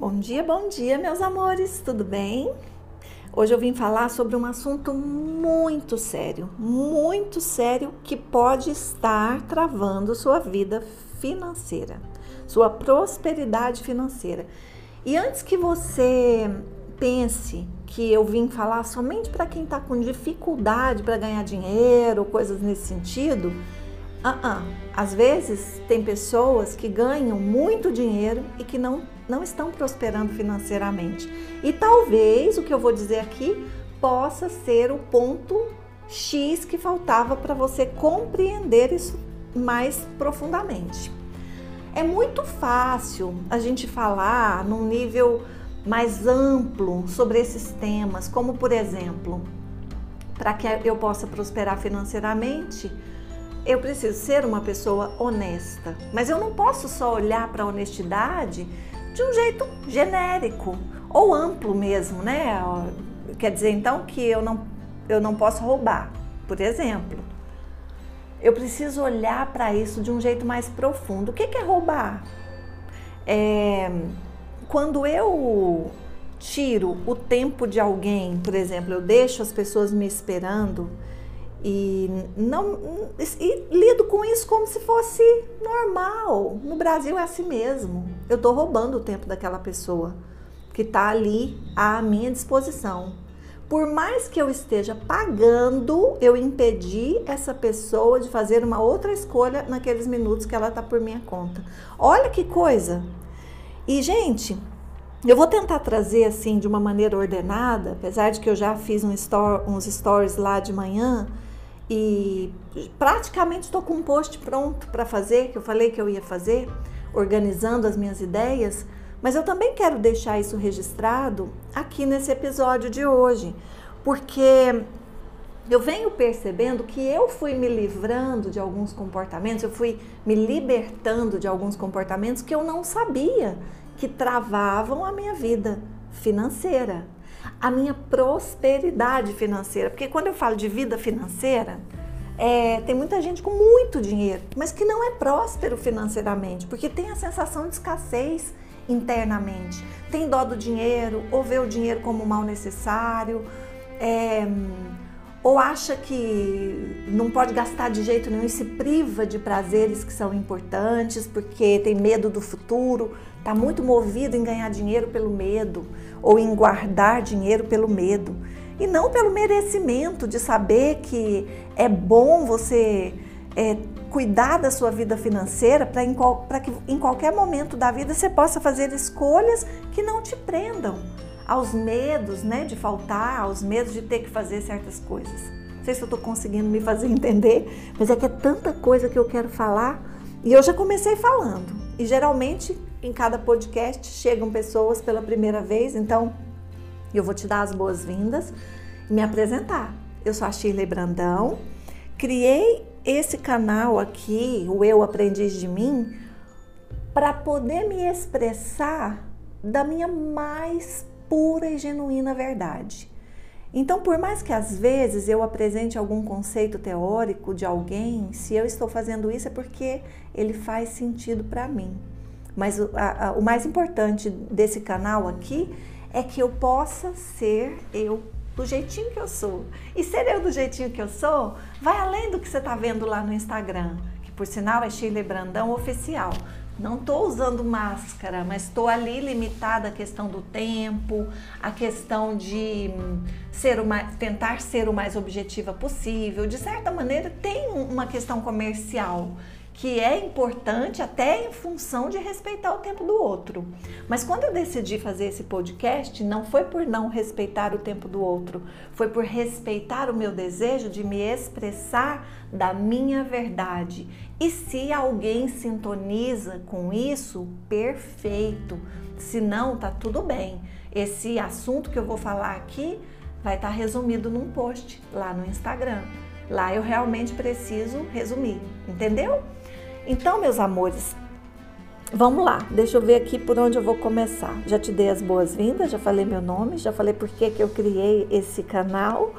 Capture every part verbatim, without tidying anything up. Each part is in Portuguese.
Bom dia, bom dia, meus amores, tudo bem? Hoje eu vim falar sobre um assunto muito sério, muito sério que pode estar travando sua vida financeira, sua prosperidade financeira. E antes que você pense que eu vim falar somente para quem está com dificuldade para ganhar dinheiro, coisas nesse sentido, uh-uh. Às vezes tem pessoas que ganham muito dinheiro e que não, não estão prosperando financeiramente. E talvez o que eu vou dizer aqui possa ser o ponto X que faltava para você compreender isso mais profundamente. É muito fácil a gente falar num nível mais amplo sobre esses temas, como por exemplo, para que eu possa prosperar financeiramente, eu preciso ser uma pessoa honesta. Mas eu não posso só olhar para a honestidade de um jeito genérico ou amplo mesmo, né? Quer dizer então que eu não, eu não posso roubar, por exemplo. Eu preciso olhar para isso de um jeito mais profundo. O que é roubar? É, quando eu tiro o tempo de alguém, por exemplo, eu deixo as pessoas me esperando e, não, e lido com isso como se fosse normal. No Brasil é assim mesmo. Eu estou roubando o tempo daquela pessoa que está ali à minha disposição. Por mais que eu esteja pagando, eu impedi essa pessoa de fazer uma outra escolha naqueles minutos que ela está por minha conta. Olha que coisa! E, gente, eu vou tentar trazer assim de uma maneira ordenada, apesar de que eu já fiz um story, uns stories lá de manhã e praticamente estou com um post pronto para fazer, que eu falei que eu ia fazer, organizando as minhas ideias. Mas eu também quero deixar isso registrado aqui nesse episódio de hoje, porque eu venho percebendo que eu fui me livrando de alguns comportamentos, eu fui me libertando de alguns comportamentos que eu não sabia que travavam a minha vida financeira, a minha prosperidade financeira. Porque quando eu falo de vida financeira, é, tem muita gente com muito dinheiro, mas que não é próspero financeiramente, porque tem a sensação de escassez internamente, tem dó do dinheiro, ou vê o dinheiro como mal necessário, é, ou acha que não pode gastar de jeito nenhum e se priva de prazeres que são importantes porque tem medo do futuro, está muito movido em ganhar dinheiro pelo medo ou em guardar dinheiro pelo medo e não pelo merecimento de saber que é bom você é, cuidar da sua vida financeira para que em qualquer momento da vida você possa fazer escolhas que não te prendam aos medos, né, de faltar, aos medos de ter que fazer certas coisas. Não sei se eu estou conseguindo me fazer entender, mas é que é tanta coisa que eu quero falar e eu já comecei falando. E geralmente em cada podcast chegam pessoas pela primeira vez, então eu vou te dar as boas-vindas e me apresentar. Eu sou a Shirley Brandão, criei esse canal aqui, o Eu Aprendiz de Mim, para poder me expressar da minha mais pura e genuína verdade. Então, por mais que às vezes eu apresente algum conceito teórico de alguém, se eu estou fazendo isso é porque ele faz sentido para mim. Mas o, a, a, o mais importante desse canal aqui é que eu possa ser eu do jeitinho que eu sou. E ser eu do jeitinho que eu sou vai além do que você está vendo lá no Instagram, que por sinal é Shirley Brandão Oficial. Não estou usando máscara, mas estou ali limitada à questão do tempo, à questão de ser o mais, tentar ser o mais objetiva possível. De certa maneira, tem uma questão comercial que é importante até em função de respeitar o tempo do outro. Mas quando eu decidi fazer esse podcast, não foi por não respeitar o tempo do outro, foi por respeitar o meu desejo de me expressar da minha verdade. E se alguém sintoniza com isso, perfeito. Se não, tá tudo bem. Esse assunto que eu vou falar aqui vai estar resumido num post lá no Instagram. Lá eu realmente preciso resumir, entendeu? Então, meus amores, vamos lá, deixa eu ver aqui por onde eu vou começar. Já te dei as boas-vindas, já falei meu nome, já falei por que que eu criei esse canal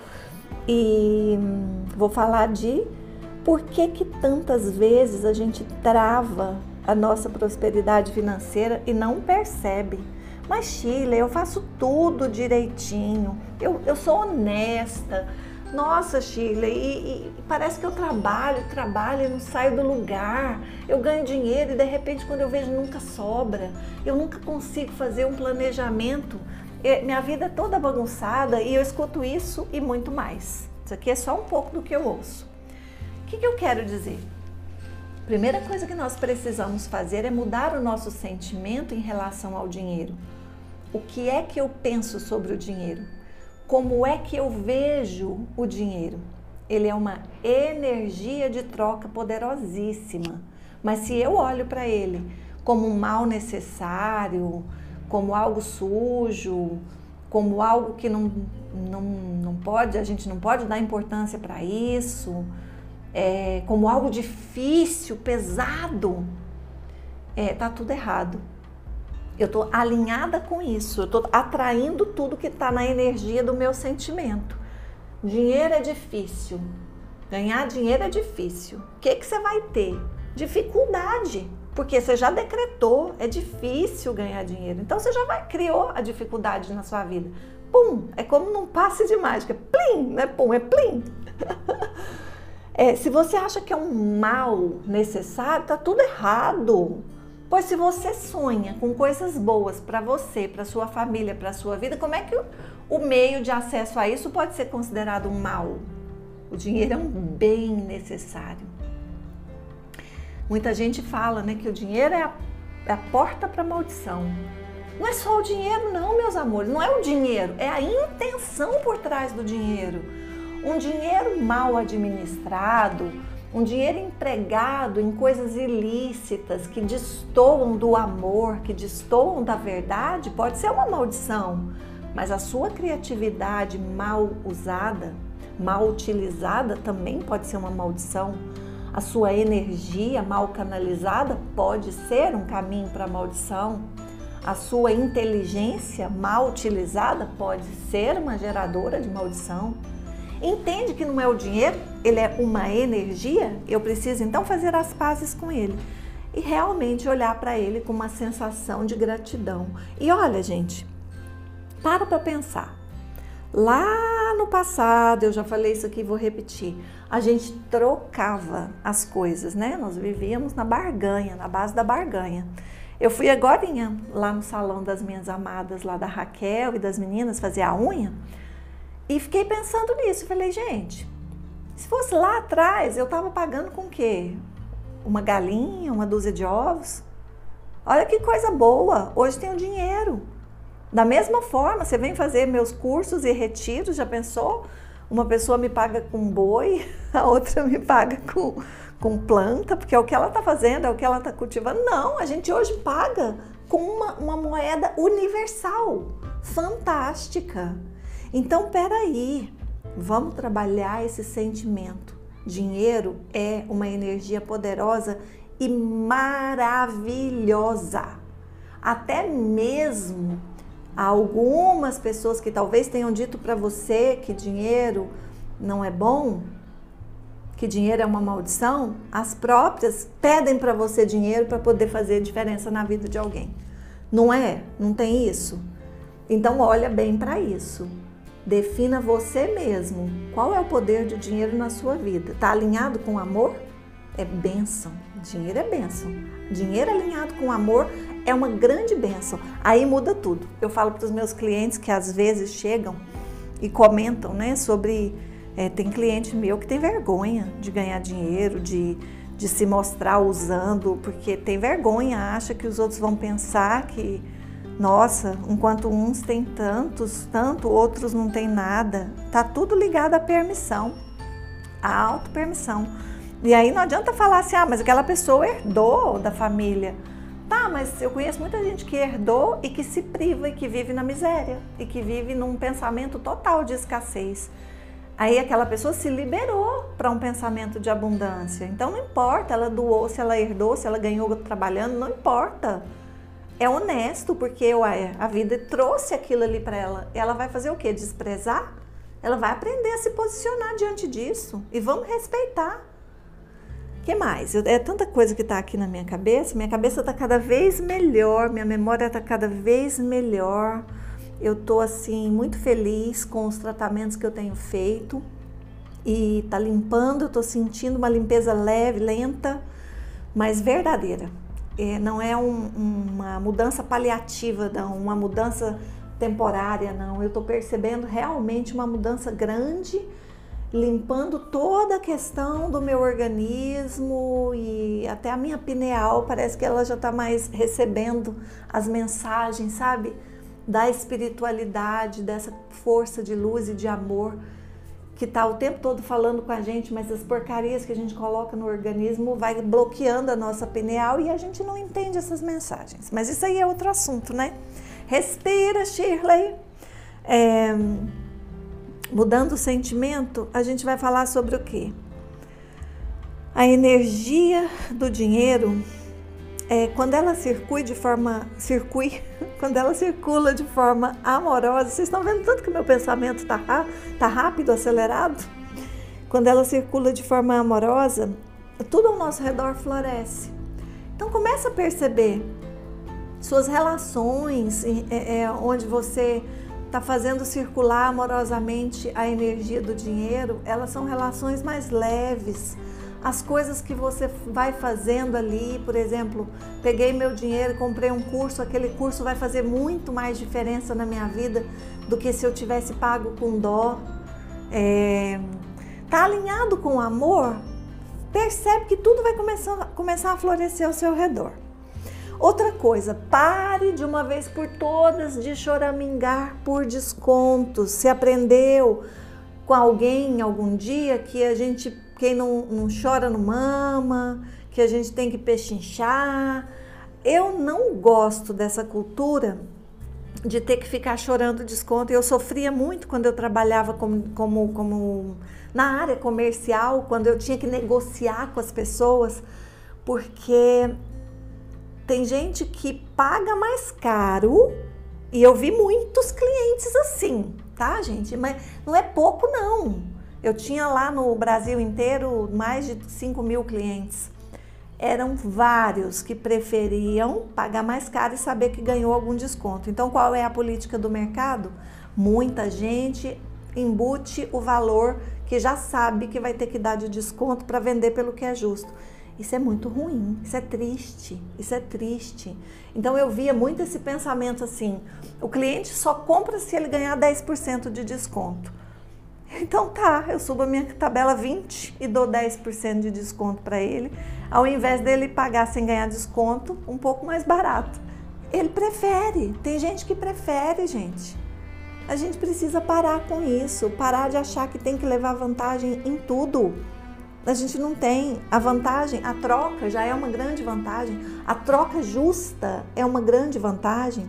e vou falar de por que que tantas vezes a gente trava a nossa prosperidade financeira e não percebe. Mas Sheila, eu faço tudo direitinho, eu, eu sou honesta. Nossa, Sheila, e, e parece que eu trabalho, trabalho e não saio do lugar. Eu ganho dinheiro e de repente quando eu vejo nunca sobra. Eu nunca consigo fazer um planejamento. Minha vida é toda bagunçada e eu escuto isso e muito mais. Isso aqui é só um pouco do que eu ouço. O que, que eu quero dizer? Primeira coisa que nós precisamos fazer é mudar o nosso sentimento em relação ao dinheiro. O que é que eu penso sobre o dinheiro? Como é que eu vejo o dinheiro? Ele é uma energia de troca poderosíssima. Mas se eu olho para ele como um mal necessário, como algo sujo, como algo que não, não, não pode, a gente não pode dar importância para isso, é, como algo difícil, pesado, é, tá tudo errado. Eu estou alinhada com isso, eu estou atraindo tudo que está na energia do meu sentimento. Dinheiro é difícil, ganhar dinheiro é difícil. O que, que você vai ter? Dificuldade, porque você já decretou, é difícil ganhar dinheiro. Então você já vai, criou a dificuldade na sua vida. Pum, é como num passe de mágica, plim, não é pum, é plim. É, se você acha que é um mal necessário, tá tudo errado. Pois se você sonha com coisas boas para você, para sua família, para sua vida, como é que o, o meio de acesso a isso pode ser considerado um mal? O dinheiro é um bem necessário. Muita gente fala, né, que o dinheiro é a, é a porta para a maldição. Não é só o dinheiro não, meus amores, não é o dinheiro, é a intenção por trás do dinheiro. Um dinheiro mal administrado, um dinheiro empregado em coisas ilícitas que destoam do amor, que destoam da verdade, pode ser uma maldição. Mas a sua criatividade mal usada, mal utilizada, também pode ser uma maldição. A sua energia mal canalizada pode ser um caminho para a maldição. A sua inteligência mal utilizada pode ser uma geradora de maldição. Entende que não é o dinheiro, ele é uma energia? Eu preciso então fazer as pazes com ele e realmente olhar para ele com uma sensação de gratidão. E olha, gente, para para pensar. Lá no passado, eu já falei isso aqui, vou repetir, a gente trocava as coisas, né? Nós vivíamos na barganha, na base da barganha. Eu fui agorinha lá no salão das minhas amadas, lá da Raquel e das meninas, fazer a unha. E fiquei pensando nisso, falei, gente, se fosse lá atrás, eu estava pagando com o quê? Uma galinha, uma dúzia de ovos? Olha que coisa boa, hoje tenho dinheiro. Da mesma forma, você vem fazer meus cursos e retiros, já pensou? Uma pessoa me paga com boi, a outra me paga com, com planta, porque é o que ela está fazendo, é o que ela está cultivando. Não, a gente hoje paga com uma, uma moeda universal, fantástica. Então, peraí, vamos trabalhar esse sentimento. Dinheiro é uma energia poderosa e maravilhosa. Até mesmo algumas pessoas que talvez tenham dito para você que dinheiro não é bom, que dinheiro é uma maldição, as próprias pedem para você dinheiro para poder fazer diferença na vida de alguém. Não é? Não tem isso? Então, olha bem para isso. Defina você mesmo. Qual é o poder do dinheiro na sua vida? Está alinhado com amor? É bênção. Dinheiro é bênção. Dinheiro alinhado com amor é uma grande bênção. Aí muda tudo. Eu falo para os meus clientes que às vezes chegam e comentam, né, sobre... É, tem cliente meu que tem vergonha de ganhar dinheiro, de, de se mostrar usando, porque tem vergonha, acha que os outros vão pensar que... Nossa, enquanto uns têm tantos, tanto, outros não têm nada. Tá tudo ligado à permissão, à autopermissão. E aí não adianta falar assim, ah, mas aquela pessoa herdou da família. Tá, mas eu conheço muita gente que herdou e que se priva e que vive na miséria e que vive num pensamento total de escassez. Aí aquela pessoa se liberou para um pensamento de abundância. Então não importa, ela doou, se ela herdou, se ela ganhou trabalhando, não importa. É honesto, porque ué, a vida trouxe aquilo ali para ela. Ela vai fazer o quê? Desprezar? Ela vai aprender a se posicionar diante disso. E vamos respeitar. Que mais? Eu, é tanta coisa que está aqui na minha cabeça. Minha cabeça está cada vez melhor, minha memória está cada vez melhor. Eu estou assim muito feliz com os tratamentos que eu tenho feito e está limpando. Eu estou sentindo uma limpeza leve, lenta, mas verdadeira. É, não é um, uma mudança paliativa, não, uma mudança temporária, não. Eu estou percebendo realmente uma mudança grande, limpando toda a questão do meu organismo e até a minha pineal, parece que ela já está mais recebendo as mensagens, sabe? Da espiritualidade, dessa força de luz e de amor que está o tempo todo falando com a gente, mas as porcarias que a gente coloca no organismo vai bloqueando a nossa pineal e a gente não entende essas mensagens. Mas isso aí é outro assunto, né? Respira, Shirley. É... Mudando o sentimento, a gente vai falar sobre o quê? A energia do dinheiro, é, quando ela circula de forma, circui, quando ela circula de forma amorosa, vocês estão vendo tanto que o meu pensamento está tá rápido, acelerado? Quando ela circula de forma amorosa, tudo ao nosso redor floresce. Então começa a perceber suas relações, é, é, onde você está fazendo circular amorosamente a energia do dinheiro, elas são relações mais leves. As coisas que você vai fazendo ali, por exemplo, peguei meu dinheiro, comprei um curso, aquele curso vai fazer muito mais diferença na minha vida do que se eu tivesse pago com dó. É, tá alinhado com o amor, percebe que tudo vai começar, começar a florescer ao seu redor. Outra coisa, pare de uma vez por todas de choramingar por descontos. Se aprendeu com alguém algum dia que a gente, quem não, não chora não mama, que a gente tem que pechinchar. Eu não gosto dessa cultura de ter que ficar chorando desconto. Eu sofria muito quando eu trabalhava como, como, como na área comercial, quando eu tinha que negociar com as pessoas, porque tem gente que paga mais caro, e eu vi muitos clientes assim, tá, gente? Mas não é pouco, não. Eu tinha lá no Brasil inteiro mais de cinco mil clientes. Eram vários que preferiam pagar mais caro e saber que ganhou algum desconto. Então, qual é a política do mercado? Muita gente embute o valor que já sabe que vai ter que dar de desconto para vender pelo que é justo. Isso é muito ruim, isso é triste, isso é triste. Então eu via muito esse pensamento assim, o cliente só compra se ele ganhar dez por cento de desconto. Então tá, eu subo a minha tabela vinte e dou dez por cento de desconto para ele, ao invés dele pagar sem ganhar desconto, um pouco mais barato. Ele prefere, tem gente que prefere, gente. A gente precisa parar com isso, parar de achar que tem que levar vantagem em tudo. A gente não tem. A vantagem, a troca já é uma grande vantagem. A troca justa é uma grande vantagem.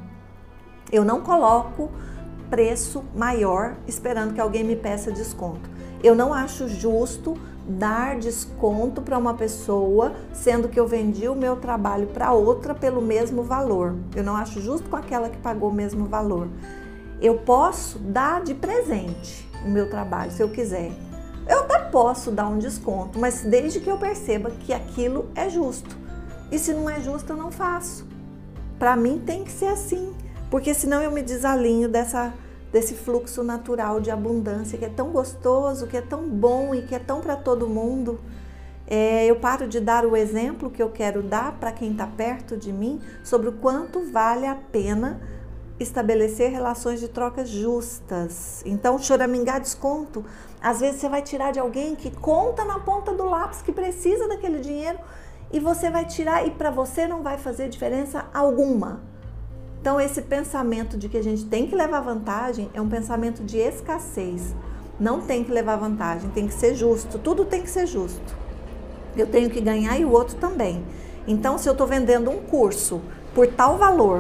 Eu não coloco preço maior esperando que alguém me peça desconto. Eu não acho justo dar desconto para uma pessoa, sendo que eu vendi o meu trabalho para outra pelo mesmo valor. Eu não acho justo com aquela que pagou o mesmo valor. Eu posso dar de presente o meu trabalho, se eu quiser. Eu até posso dar um desconto, mas desde que eu perceba que aquilo é justo. E se não é justo, eu não faço. Para mim tem que ser assim, porque senão eu me desalinho dessa, desse fluxo natural de abundância que é tão gostoso, que é tão bom e que é tão para todo mundo. É, eu paro de dar o exemplo que eu quero dar para quem está perto de mim sobre o quanto vale a pena estabelecer relações de trocas justas. Então, choramingar desconto, às vezes você vai tirar de alguém que conta na ponta do lápis que precisa daquele dinheiro e você vai tirar e para você não vai fazer diferença alguma. Então, esse pensamento de que a gente tem que levar vantagem é um pensamento de escassez. Não tem que levar vantagem, tem que ser justo, tudo tem que ser justo. Eu tenho que ganhar e o outro também. Então, se eu estou vendendo um curso por tal valor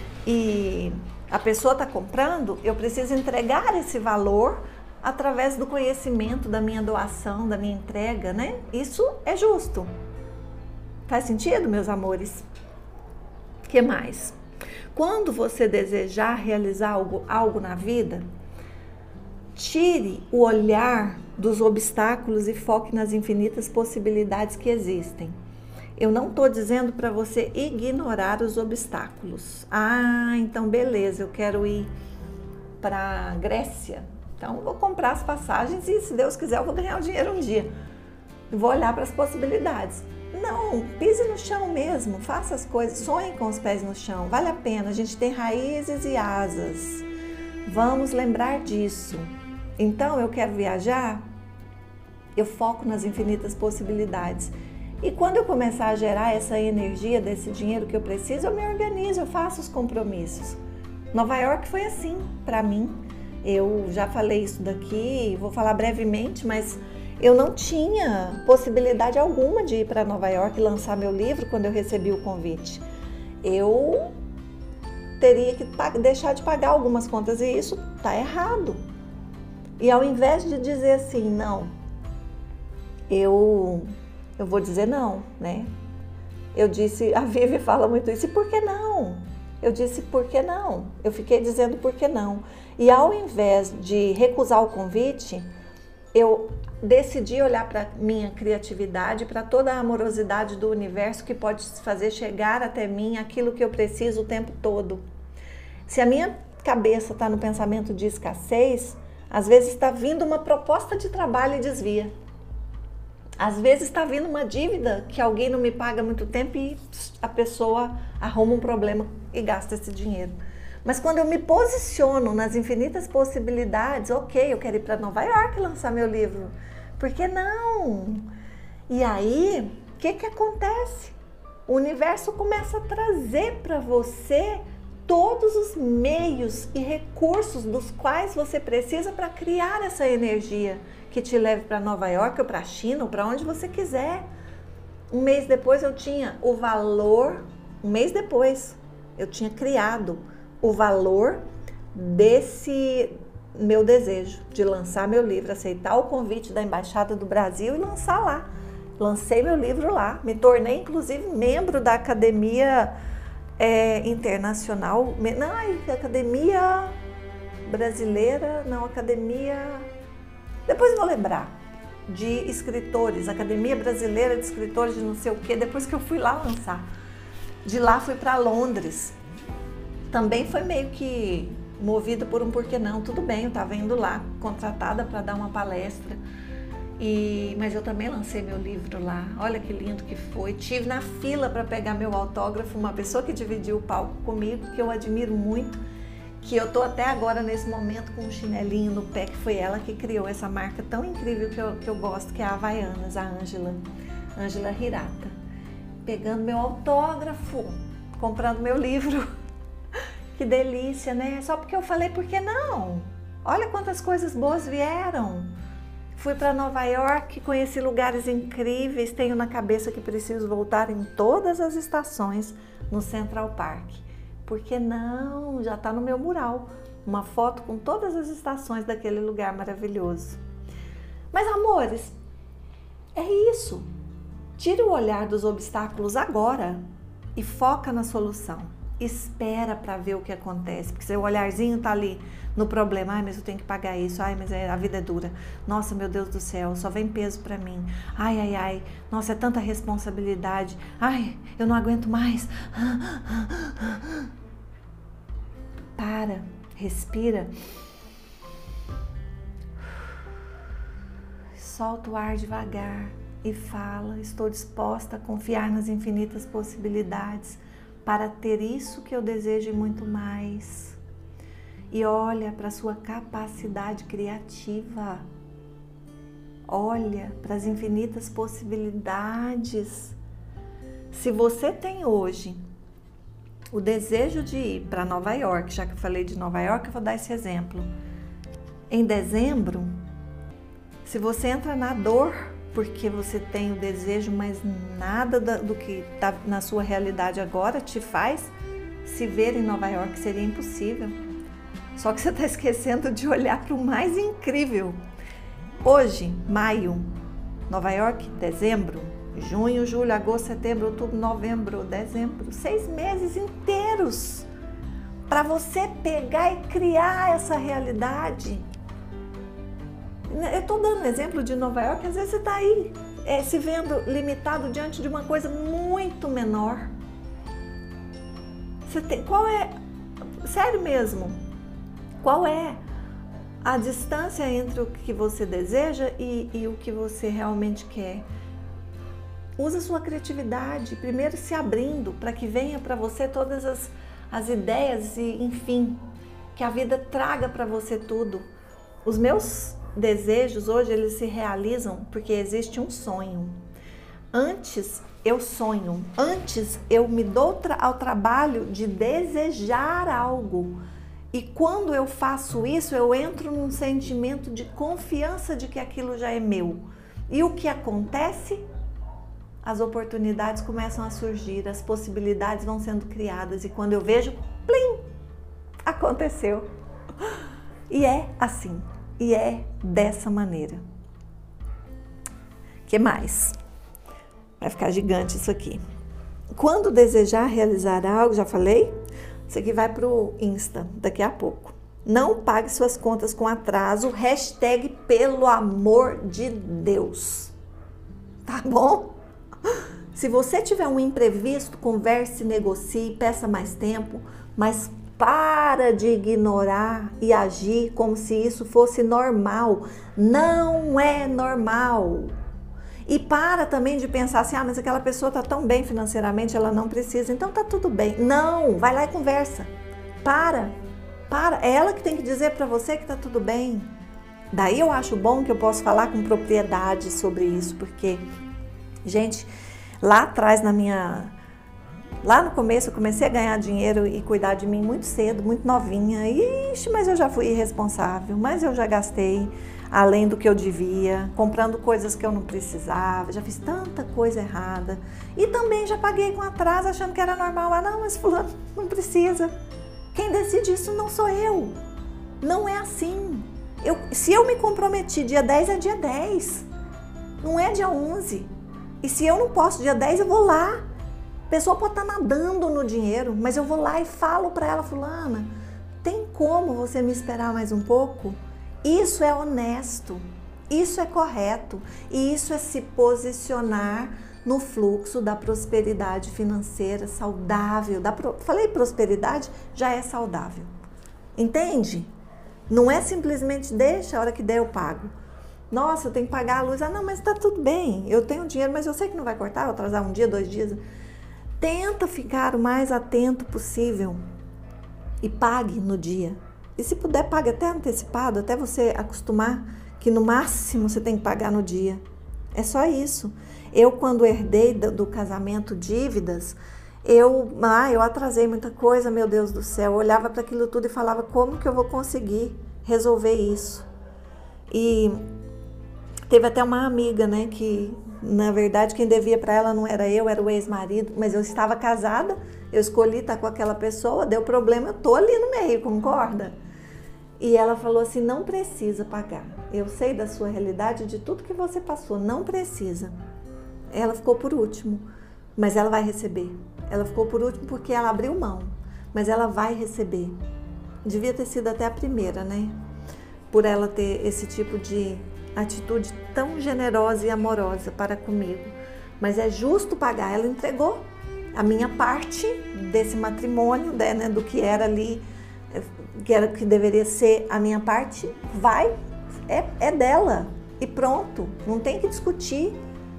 e a pessoa está comprando, eu preciso entregar esse valor através do conhecimento, da minha doação, da minha entrega, né? Isso é justo. Faz sentido, meus amores? O que mais? Quando você desejar realizar algo, algo na vida, tire o olhar dos obstáculos e foque nas infinitas possibilidades que existem. Eu não estou dizendo para você ignorar os obstáculos. Ah, então beleza, eu quero ir para Grécia. Então eu vou comprar as passagens e, se Deus quiser, eu vou ganhar o dinheiro um dia. Vou olhar para as possibilidades. Não, pise no chão mesmo, faça as coisas, sonhe com os pés no chão. Vale a pena, a gente tem raízes e asas. Vamos lembrar disso. Então eu quero viajar, eu foco nas infinitas possibilidades. E quando eu começar a gerar essa energia desse dinheiro que eu preciso, eu me organizo, eu faço os compromissos. Nova York foi assim para mim. Eu já falei isso daqui, vou falar brevemente, mas eu não tinha possibilidade alguma de ir para Nova York e lançar meu livro quando eu recebi o convite. Eu teria que deixar de pagar algumas contas e isso está errado. E ao invés de dizer assim, não, eu... Eu vou dizer não, né? Eu disse, a Vivi fala muito isso, e por que não? Eu disse, por que não? Eu fiquei dizendo por que não. E ao invés de recusar o convite, eu decidi olhar para minha criatividade, para toda a amorosidade do universo que pode fazer chegar até mim aquilo que eu preciso o tempo todo. Se a minha cabeça está no pensamento de escassez, às vezes está vindo uma proposta de trabalho e desvia. Às vezes está vindo uma dívida que alguém não me paga há muito tempo e a pessoa arruma um problema e gasta esse dinheiro. Mas quando eu me posiciono nas infinitas possibilidades, ok, eu quero ir para Nova York lançar meu livro. Por que não? E aí, o que que acontece? O universo começa a trazer para você todos os meios e recursos dos quais você precisa para criar essa energia que te leve para Nova York ou para a China ou para onde você quiser. Um mês depois eu tinha o valor, um mês depois eu tinha criado o valor desse meu desejo de lançar meu livro, aceitar o convite da Embaixada do Brasil e lançar lá. Lancei meu livro lá, me tornei inclusive membro da Academia é, Internacional, não, Academia Brasileira, não, Academia... Depois vou lembrar, de escritores, Academia Brasileira de Escritores de não sei o quê, depois que eu fui lá lançar. De lá fui para Londres. Também foi meio que movido por um porquê não, tudo bem, eu estava indo lá, contratada para dar uma palestra. E, mas eu também lancei meu livro lá, olha que lindo que foi. Tive na fila para pegar meu autógrafo, uma pessoa que dividiu o palco comigo, que eu admiro muito, que eu tô até agora nesse momento com um chinelinho no pé, que foi ela que criou essa marca tão incrível que eu, que eu gosto, que é a Havaianas, a Ângela, Ângela Hirata. Pegando meu autógrafo, comprando meu livro. Que delícia, né? Só porque eu falei, por que não? Olha quantas coisas boas vieram. Fui para Nova York, conheci lugares incríveis, tenho na cabeça que preciso voltar em todas as estações no Central Park. Por que não? Já está no meu mural, uma foto com todas as estações daquele lugar maravilhoso. Mas, amores, é isso. Tire o olhar dos obstáculos agora e foca na solução. Espera para ver o que acontece, porque seu olharzinho tá ali no problema. Ai, mas eu tenho que pagar isso. Ai, mas a vida é dura. Nossa, meu Deus do céu, só vem peso para mim. Ai, ai, ai. Nossa, é tanta responsabilidade. Ai, eu não aguento mais. Para, respira. Solta o ar devagar e fala: estou disposta a confiar nas infinitas possibilidades para ter isso que eu desejo e muito mais. E olha para a sua capacidade criativa. Olha para as infinitas possibilidades. Se você tem hoje o desejo de ir para Nova York, já que eu falei de Nova York, eu vou dar esse exemplo. Em dezembro, se você entra na dor porque você tem o desejo, mas nada do que está na sua realidade agora te faz se ver em Nova York, seria impossível. Só que você está esquecendo de olhar para o mais incrível. Hoje, maio, Nova York, dezembro, junho, julho, agosto, setembro, outubro, novembro, dezembro, seis meses inteiros para você pegar e criar essa realidade. Eu estou dando um exemplo de Nova York, às vezes você está aí é, se vendo limitado diante de uma coisa muito menor. Você tem, qual é, sério mesmo, qual é a distância entre o que você deseja e, e o que você realmente quer? Usa sua criatividade, primeiro se abrindo para que venha para você todas as, as ideias e, enfim, que a vida traga para você tudo. Os meus desejos hoje, eles se realizam porque existe um sonho. Antes eu sonho, antes eu me dou tra- ao trabalho de desejar algo. E quando eu faço isso, eu entro num sentimento de confiança de que aquilo já é meu. E o que acontece? As oportunidades começam a surgir, as possibilidades vão sendo criadas. E quando eu vejo, plim, aconteceu. E é assim, e é dessa maneira. Que mais? Vai ficar gigante isso aqui. Quando desejar realizar algo, já falei? Isso aqui vai pro Insta daqui a pouco. Não pague suas contas com atraso, hashtag pelo amor de Deus. Tá bom? Se você tiver um imprevisto, converse, negocie, peça mais tempo, mas para de ignorar e agir como se isso fosse normal. Não é normal. E para também de pensar assim, ah, mas aquela pessoa está tão bem financeiramente, ela não precisa, então tá tudo bem. Não, vai lá e conversa. Para, para. É ela que tem que dizer para você que tá tudo bem. Daí eu acho bom que eu posso falar com propriedade sobre isso, porque, gente, lá atrás na minha... Lá no começo eu comecei a ganhar dinheiro e cuidar de mim muito cedo, muito novinha. Ixi, mas eu já fui irresponsável, mas eu já gastei além do que eu devia, comprando coisas que eu não precisava, já fiz tanta coisa errada. E também já paguei com atraso achando que era normal. Ah, não, mas fulano não precisa. Quem decide isso não sou eu. Não é assim. Eu, se eu me comprometi dia dez, é dia dez. Não é dia onze. E se eu não posso dia dez, eu vou lá. A pessoa pode estar nadando no dinheiro, mas eu vou lá e falo para ela, fulana, tem como você me esperar mais um pouco? Isso é honesto, isso é correto e isso é se posicionar no fluxo da prosperidade financeira saudável. Da pro... Falei prosperidade, já é saudável. Entende? Não é simplesmente deixa, a hora que der eu pago. Nossa, eu tenho que pagar a luz. Ah, não, mas tá tudo bem. Eu tenho dinheiro, mas eu sei que não vai cortar, vou atrasar um dia, dois dias. Tenta ficar o mais atento possível e pague no dia. E se puder, pague até antecipado, até você acostumar que no máximo você tem que pagar no dia. É só isso. Eu, quando herdei do, do casamento dívidas, eu, ah, eu atrasei muita coisa, meu Deus do céu. Eu olhava para aquilo tudo e falava, como que eu vou conseguir resolver isso? E teve até uma amiga, né, que na verdade quem devia para ela não era eu, era o ex-marido, mas eu estava casada, eu escolhi estar com aquela pessoa, deu problema, eu tô ali no meio, concorda? E ela falou assim, não precisa pagar, eu sei da sua realidade, de tudo que você passou, não precisa. Ela ficou por último, mas ela vai receber. Ela ficou por último porque ela abriu mão, mas ela vai receber. Devia ter sido até a primeira, né? Por ela ter esse tipo de atitude tão generosa e amorosa para comigo. Mas é justo pagar. Ela entregou a minha parte desse matrimônio, né, do que era ali, que era que deveria ser a minha parte, vai, é, é dela e pronto, não tem que discutir.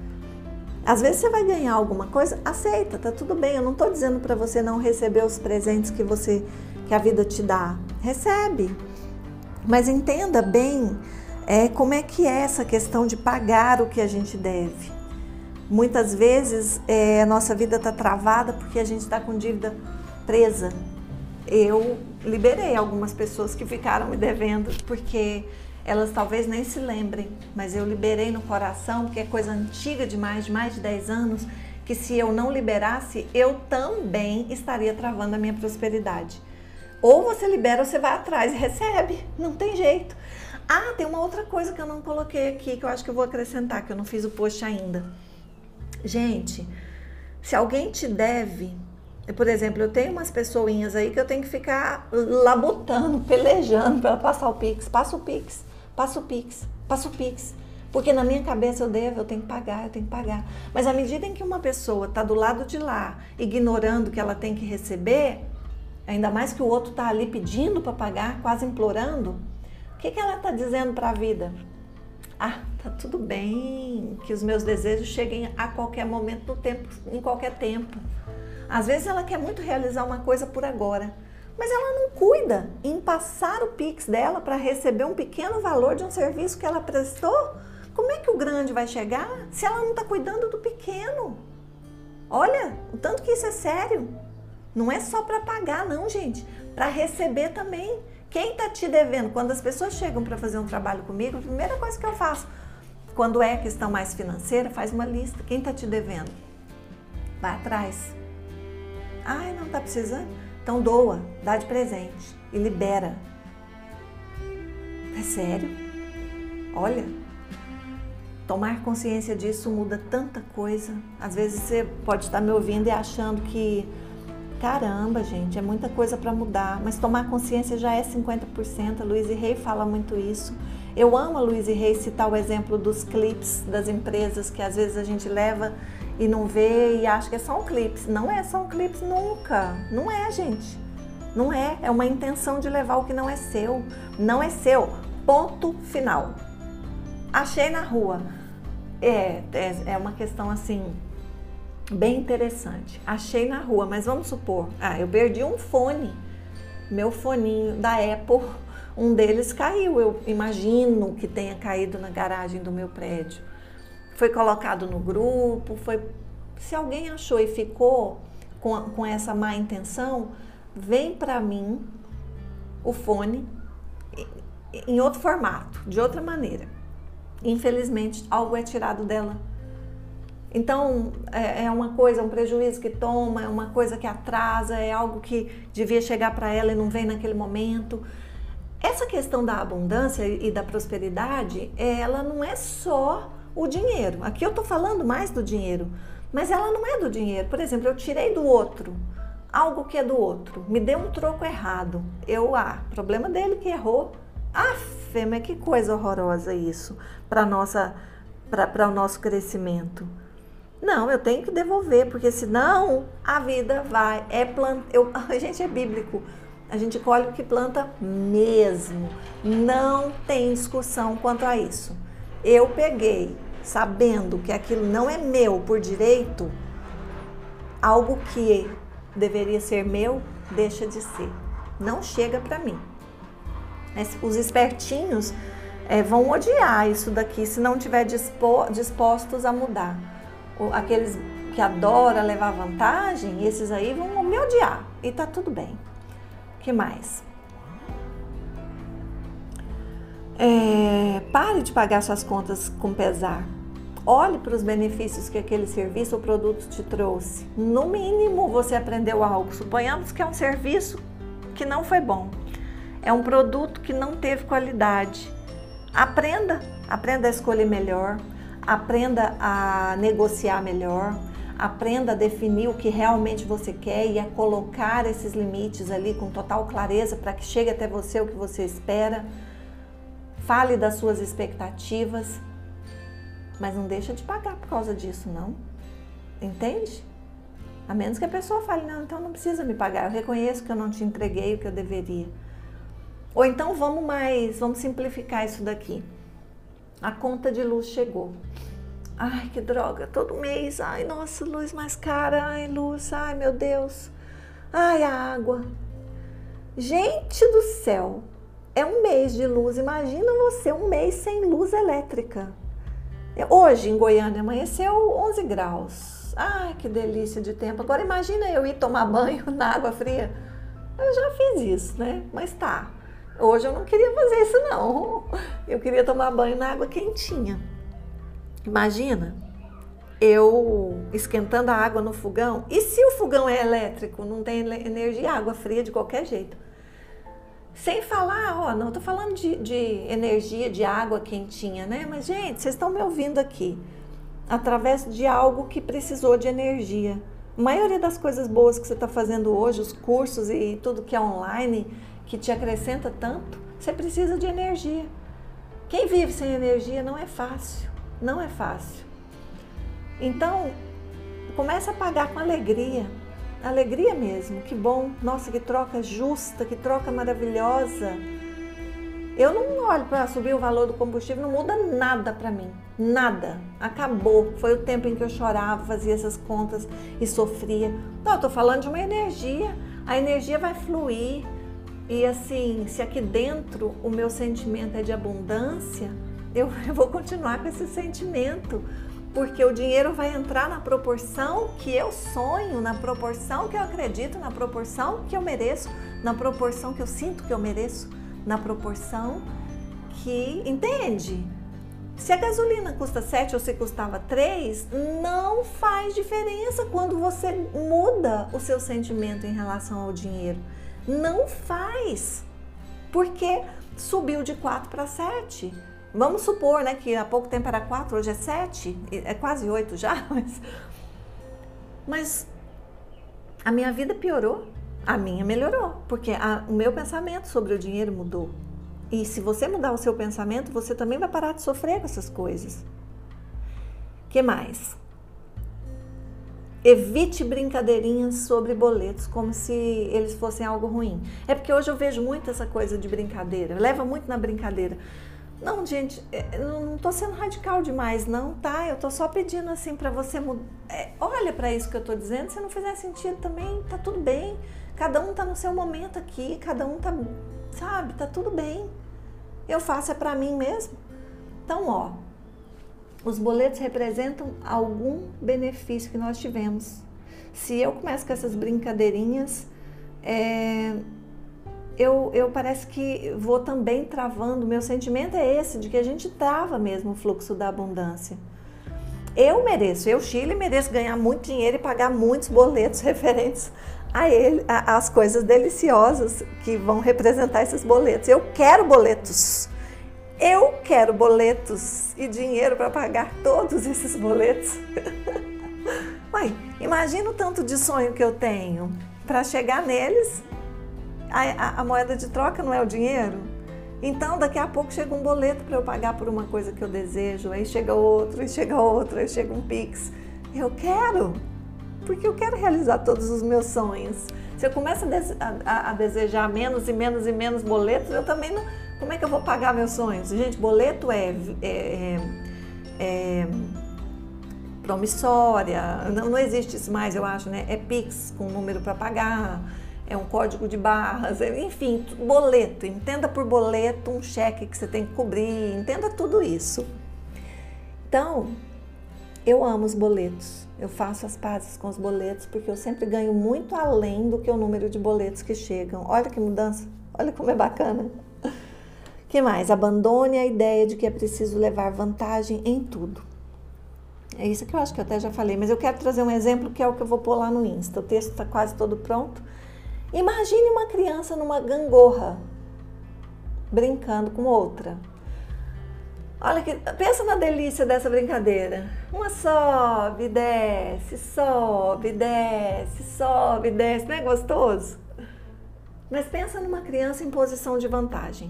Às vezes você vai ganhar alguma coisa, aceita, tá tudo bem. Eu não tô dizendo para você não receber os presentes que você, que a vida te dá. Recebe, mas entenda bem é, como é que é essa questão de pagar o que a gente deve. Muitas vezes é, a nossa vida está travada porque a gente está com dívida presa. Eu liberei algumas pessoas que ficaram me devendo porque elas talvez nem se lembrem, mas eu liberei no coração, porque é coisa antiga demais, de mais de dez anos, que se eu não liberasse, eu também estaria travando a minha prosperidade. Ou você libera ou você vai atrás e recebe, não tem jeito. Ah, tem uma outra coisa que eu não coloquei aqui, que eu acho que eu vou acrescentar, que eu não fiz o post ainda. Gente, se alguém te deve, por exemplo, eu tenho umas pessoinhas aí que eu tenho que ficar labutando, pelejando para passar o Pix. Passa o Pix, passa o Pix. Passa o Pix. Porque na minha cabeça eu devo, eu tenho que pagar, eu tenho que pagar. Mas à medida em que uma pessoa está do lado de lá, ignorando que ela tem que receber, ainda mais que o outro está ali pedindo para pagar, quase implorando, o que, que ela está dizendo para a vida? Ah, tá tudo bem, que os meus desejos cheguem a qualquer momento no tempo, em qualquer tempo. Às vezes ela quer muito realizar uma coisa por agora, mas ela não cuida em passar o Pix dela para receber um pequeno valor de um serviço que ela prestou. Como é que o grande vai chegar se ela não está cuidando do pequeno? Olha, o tanto que isso é sério. Não é só para pagar, não, gente. Para receber também. Quem está te devendo? Quando as pessoas chegam para fazer um trabalho comigo, a primeira coisa que eu faço, quando é questão mais financeira, faz uma lista. Quem está te devendo? Vai atrás. Ai, não está precisando? Então doa, dá de presente e libera. É sério? Olha, tomar consciência disso muda tanta coisa. Às vezes você pode estar me ouvindo e achando que, caramba, gente, é muita coisa para mudar. Mas tomar consciência já é cinquenta por cento. A Louise Hay fala muito isso. Eu amo a Louise Hay citar o exemplo dos clipes das empresas que às vezes a gente leva e não vê e acha que é só um clipe. Não é só um clipe nunca. Não é, gente. Não é. É uma intenção de levar o que não é seu. Não é seu. Ponto final. Achei na rua. É, é, é uma questão assim, bem interessante. Achei na rua, mas vamos supor, ah, eu perdi um fone, meu foninho da Apple, um deles caiu. Eu imagino que tenha caído na garagem do meu prédio. Foi colocado no grupo, foi... Se alguém achou e ficou com, com essa má intenção, vem para mim o fone em outro formato, de outra maneira. Infelizmente, algo é tirado dela. Então, é uma coisa, um prejuízo que toma, é uma coisa que atrasa, é algo que devia chegar para ela e não vem naquele momento. Essa questão da abundância e da prosperidade, ela não é só o dinheiro. Aqui eu estou falando mais do dinheiro, mas ela não é do dinheiro. Por exemplo, eu tirei do outro algo que é do outro, me deu um troco errado. Eu, ah, problema dele que errou. Aff, mas que coisa horrorosa isso para nossa, para o nosso crescimento. Não, eu tenho que devolver, porque senão a vida vai, é planta, eu, a gente é bíblico, a gente colhe o que planta mesmo, não tem discussão quanto a isso. Eu peguei, sabendo que aquilo não é meu por direito, algo que deveria ser meu, deixa de ser, não chega para mim. Os espertinhos é, vão odiar isso daqui se não estiver dispo, dispostos a mudar. Aqueles que adoram levar vantagem, esses aí vão me odiar e tá tudo bem. O que mais? É, pare de pagar suas contas com pesar. Olhe para os benefícios que aquele serviço ou produto te trouxe. No mínimo você aprendeu algo. Suponhamos que é um serviço que não foi bom. É um produto que não teve qualidade. Aprenda, aprenda a escolher melhor, aprenda a negociar melhor, aprenda a definir o que realmente você quer e a colocar esses limites ali com total clareza para que chegue até você o que você espera. Fale das suas expectativas, mas não deixa de pagar por causa disso, não. Entende? A menos que a pessoa fale, não, então não precisa me pagar, eu reconheço que eu não te entreguei o que eu deveria. Ou então vamos mais, vamos simplificar isso daqui. A conta de luz chegou. Ai, que droga, todo mês. Ai, nossa, luz mais cara. Ai, luz, ai, meu Deus. Ai, a água. Gente do céu, é um mês de luz. Imagina você um mês sem luz elétrica. Hoje, em Goiânia, amanheceu onze graus. Ai, que delícia de tempo. Agora imagina eu ir tomar banho na água fria. Eu já fiz isso, né? Mas tá. Hoje eu não queria fazer isso não, eu queria tomar banho na água quentinha. Imagina, eu esquentando a água no fogão, e se o fogão é elétrico, não tem energia, água fria de qualquer jeito. Sem falar, ó, não tô falando de, de energia de água quentinha, né? Mas gente, vocês estão me ouvindo aqui, através de algo que precisou de energia. A maioria das coisas boas que você está fazendo hoje, os cursos e tudo que é online, que te acrescenta tanto, você precisa de energia. Quem vive sem energia não é fácil, não é fácil. Então, começa a pagar com alegria, alegria mesmo, que bom, nossa, que troca justa, que troca maravilhosa. Eu não olho para subir o valor do combustível, não muda nada para mim, nada, acabou. Foi o tempo em que eu chorava, fazia essas contas e sofria. Não, eu tô falando de uma energia, a energia vai fluir e assim, se aqui dentro o meu sentimento é de abundância, eu, eu vou continuar com esse sentimento, porque o dinheiro vai entrar na proporção que eu sonho, na proporção que eu acredito, na proporção que eu mereço, na proporção que eu sinto que eu mereço, na proporção que, entende? Se a gasolina custa sete ou se custava três, não faz diferença quando você muda o seu sentimento em relação ao dinheiro. Não faz, porque subiu de quatro para sete. Vamos supor, né, que há pouco tempo era quatro, hoje é sete, é quase oito já, mas, mas a minha vida piorou, a minha melhorou, porque a, o meu pensamento sobre o dinheiro mudou. E se você mudar o seu pensamento, você também vai parar de sofrer com essas coisas. Que mais? Evite brincadeirinhas sobre boletos, como se eles fossem algo ruim. É porque hoje eu vejo muito essa coisa de brincadeira, leva muito na brincadeira. Não, gente, eu não tô sendo radical demais, não, tá? Eu tô só pedindo assim pra você mudar. É, olha pra isso que eu tô dizendo, se não fizer sentido também, tá tudo bem. Cada um tá no seu momento aqui, cada um tá, sabe, tá tudo bem. Eu faço é pra mim mesmo. Então, ó, os boletos representam algum benefício que nós tivemos. Se eu começo com essas brincadeirinhas, é... Eu, eu parece que vou também travando, meu sentimento é esse, de que a gente trava mesmo o fluxo da abundância. Eu mereço, eu, Chile, mereço ganhar muito dinheiro e pagar muitos boletos referentes a ele, a, as coisas deliciosas que vão representar esses boletos. Eu quero boletos, eu quero boletos e dinheiro para pagar todos esses boletos. Ué, imagina o tanto de sonho que eu tenho para chegar neles. A, a, a moeda de troca não é o dinheiro? Então, daqui a pouco chega um boleto para eu pagar por uma coisa que eu desejo, aí chega outro, aí chega outro, aí chega um Pix. Eu quero, porque eu quero realizar todos os meus sonhos. Se eu começo a, a, a desejar menos e menos e menos boletos, eu também não... Como é que eu vou pagar meus sonhos? Gente, boleto é... é, é, é promissória, não, não existe isso mais, eu acho, né? É Pix com número para pagar, é um código de barras, enfim, boleto. Entenda por boleto um cheque que você tem que cobrir, entenda tudo isso. Então, eu amo os boletos, eu faço as pazes com os boletos, porque eu sempre ganho muito além do que o número de boletos que chegam. Olha que mudança, olha como é bacana. Que mais? Abandone a ideia de que é preciso levar vantagem em tudo. É isso que eu acho que eu até já falei, mas eu quero trazer um exemplo que é o que eu vou pôr lá no Insta. O texto está quase todo pronto. Imagine uma criança numa gangorra, brincando com outra. Olha que, pensa na delícia dessa brincadeira. Uma sobe, desce, sobe, desce, sobe, desce. Não é gostoso? Mas pensa numa criança em posição de vantagem.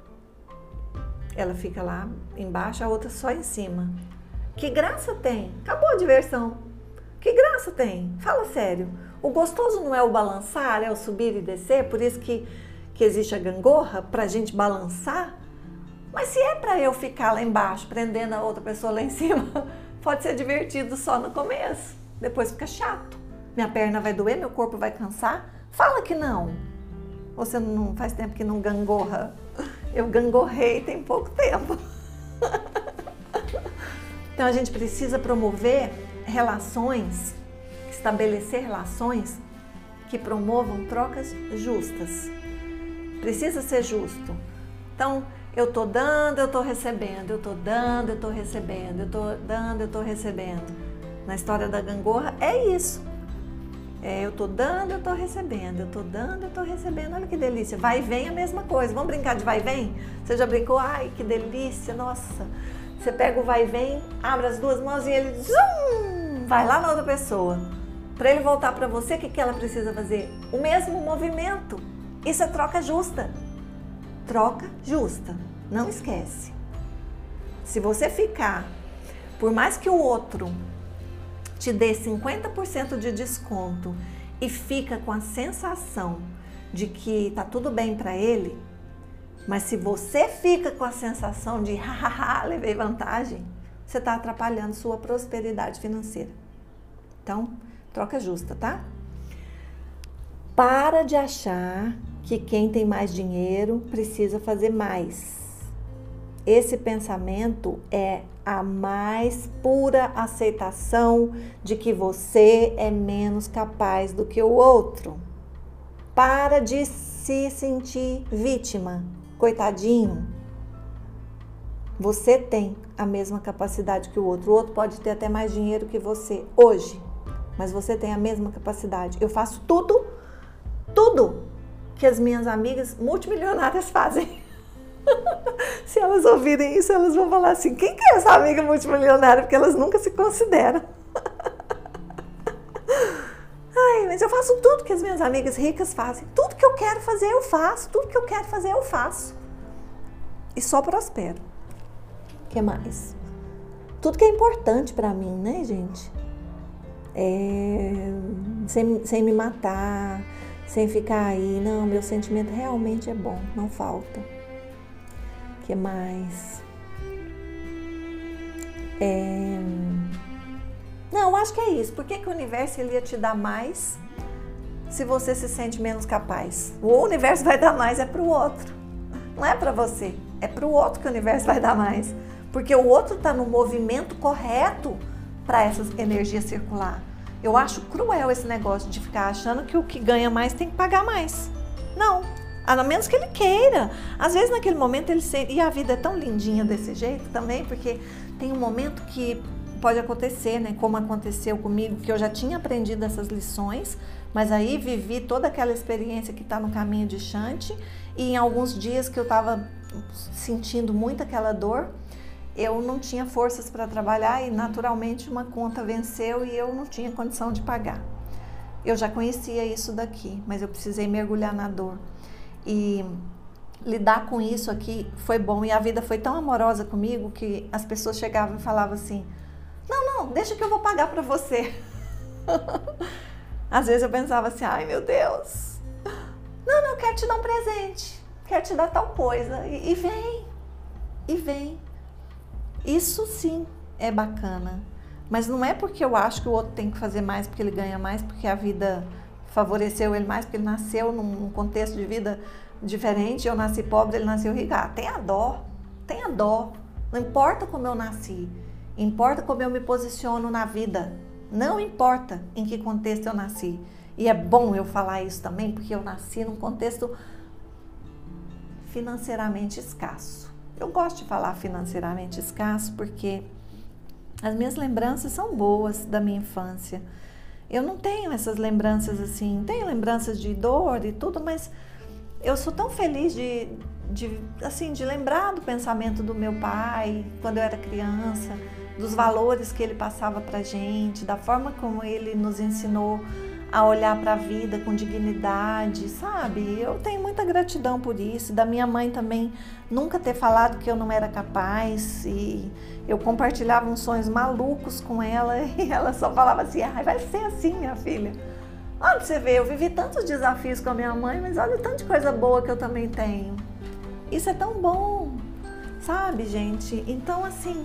Ela fica lá embaixo, a outra só em cima. Que graça tem? Acabou a diversão. Que graça tem? Fala sério. O gostoso não é o balançar, é o subir e descer, por isso que, que existe a gangorra, pra gente balançar. Mas se é pra eu ficar lá embaixo, prendendo a outra pessoa lá em cima, pode ser divertido só no começo. Depois fica chato. Minha perna vai doer, meu corpo vai cansar. Fala que não. Você não faz tempo que não gangorra? Eu gangorrei tem pouco tempo. Então a gente precisa promover relações, estabelecer relações que promovam trocas justas. Precisa ser justo. Então, eu tô dando, eu tô recebendo, eu tô dando, eu tô recebendo, eu tô dando, eu tô recebendo. Na história da gangorra é isso. É, eu tô dando, eu tô recebendo, eu tô dando, eu tô recebendo. Olha que delícia. Vai e vem a mesma coisa. Vamos brincar de vai e vem? Você já brincou? Ai, que delícia, nossa. Você pega o vai e vem, abre as duas mãos e ele zoom, vai lá na outra pessoa. Para ele voltar para você, o que, que ela precisa fazer? O mesmo movimento. Isso é troca justa. Troca justa. Não esquece. Se você ficar, por mais que o outro te dê cinquenta por cento de desconto e fica com a sensação de que tá tudo bem para ele, mas se você fica com a sensação de hahaha, levei vantagem, você está atrapalhando sua prosperidade financeira. Então, troca justa, tá? Para de achar que quem tem mais dinheiro precisa fazer mais. Esse pensamento é a mais pura aceitação de que você é menos capaz do que o outro. Para de se sentir vítima, coitadinho. Você tem a mesma capacidade que o outro. O outro pode ter até mais dinheiro que você hoje, mas você tem a mesma capacidade. Eu faço tudo, tudo que as minhas amigas multimilionárias fazem. Se elas ouvirem isso, elas vão falar assim, quem que é essa amiga multimilionária? Porque elas nunca se consideram. Ai, mas eu faço tudo que as minhas amigas ricas fazem. Tudo que eu quero fazer, eu faço. Tudo que eu quero fazer, eu faço. E só prospero. O que mais? Tudo que é importante pra mim, né, gente? É... Sem, sem me matar, sem ficar aí. Não, meu sentimento realmente é bom, não falta. O que mais? É... Não, acho que é isso. Por que que o universo ele ia te dar mais se você se sente menos capaz? O universo vai dar mais é para o outro. Não é para você. É para o outro que o universo vai dar mais. Porque o outro está no movimento correto para essa energia circular. Eu acho cruel esse negócio de ficar achando que o que ganha mais tem que pagar mais. Não. A menos que ele queira. Às vezes naquele momento ele se... E a vida é tão lindinha desse jeito também, porque tem um momento que pode acontecer, né? Como aconteceu comigo, que eu já tinha aprendido essas lições, mas aí vivi toda aquela experiência que está no caminho de Shanti, e em alguns dias que eu estava sentindo muito aquela dor, eu não tinha forças para trabalhar e naturalmente uma conta venceu e eu não tinha condição de pagar. Eu já conhecia isso daqui, mas eu precisei mergulhar na dor. E lidar com isso aqui foi bom, e a vida foi tão amorosa comigo que as pessoas chegavam e falavam assim, não, não, deixa que eu vou pagar para você. Às vezes eu pensava assim, ai meu Deus, não, não, eu quero te dar um presente, quero te dar tal coisa, e, e vem, e vem. Isso sim é bacana, mas não é porque eu acho que o outro tem que fazer mais porque ele ganha mais, porque a vida favoreceu ele mais, porque ele nasceu num contexto de vida diferente, eu nasci pobre, ele nasceu rico. Ah, tenha dó, tenha dó, não importa como eu nasci, importa como eu me posiciono na vida, não importa em que contexto eu nasci. E é bom eu falar isso também, porque eu nasci num contexto financeiramente escasso. Eu gosto de falar financeiramente escasso porque as minhas lembranças são boas da minha infância. Eu não tenho essas lembranças assim, tenho lembranças de dor e tudo, mas eu sou tão feliz de, de, assim, de lembrar do pensamento do meu pai quando eu era criança, dos valores que ele passava pra gente, da forma como ele nos ensinou a olhar para a vida com dignidade, sabe? Eu tenho muita gratidão por isso, da minha mãe também nunca ter falado que eu não era capaz, e eu compartilhava uns sonhos malucos com ela e ela só falava assim, ah, vai ser assim, minha filha. Olha, você vê, eu vivi tantos desafios com a minha mãe, mas olha o tanto de coisa boa que eu também tenho. Isso é tão bom, sabe, gente? Então, assim,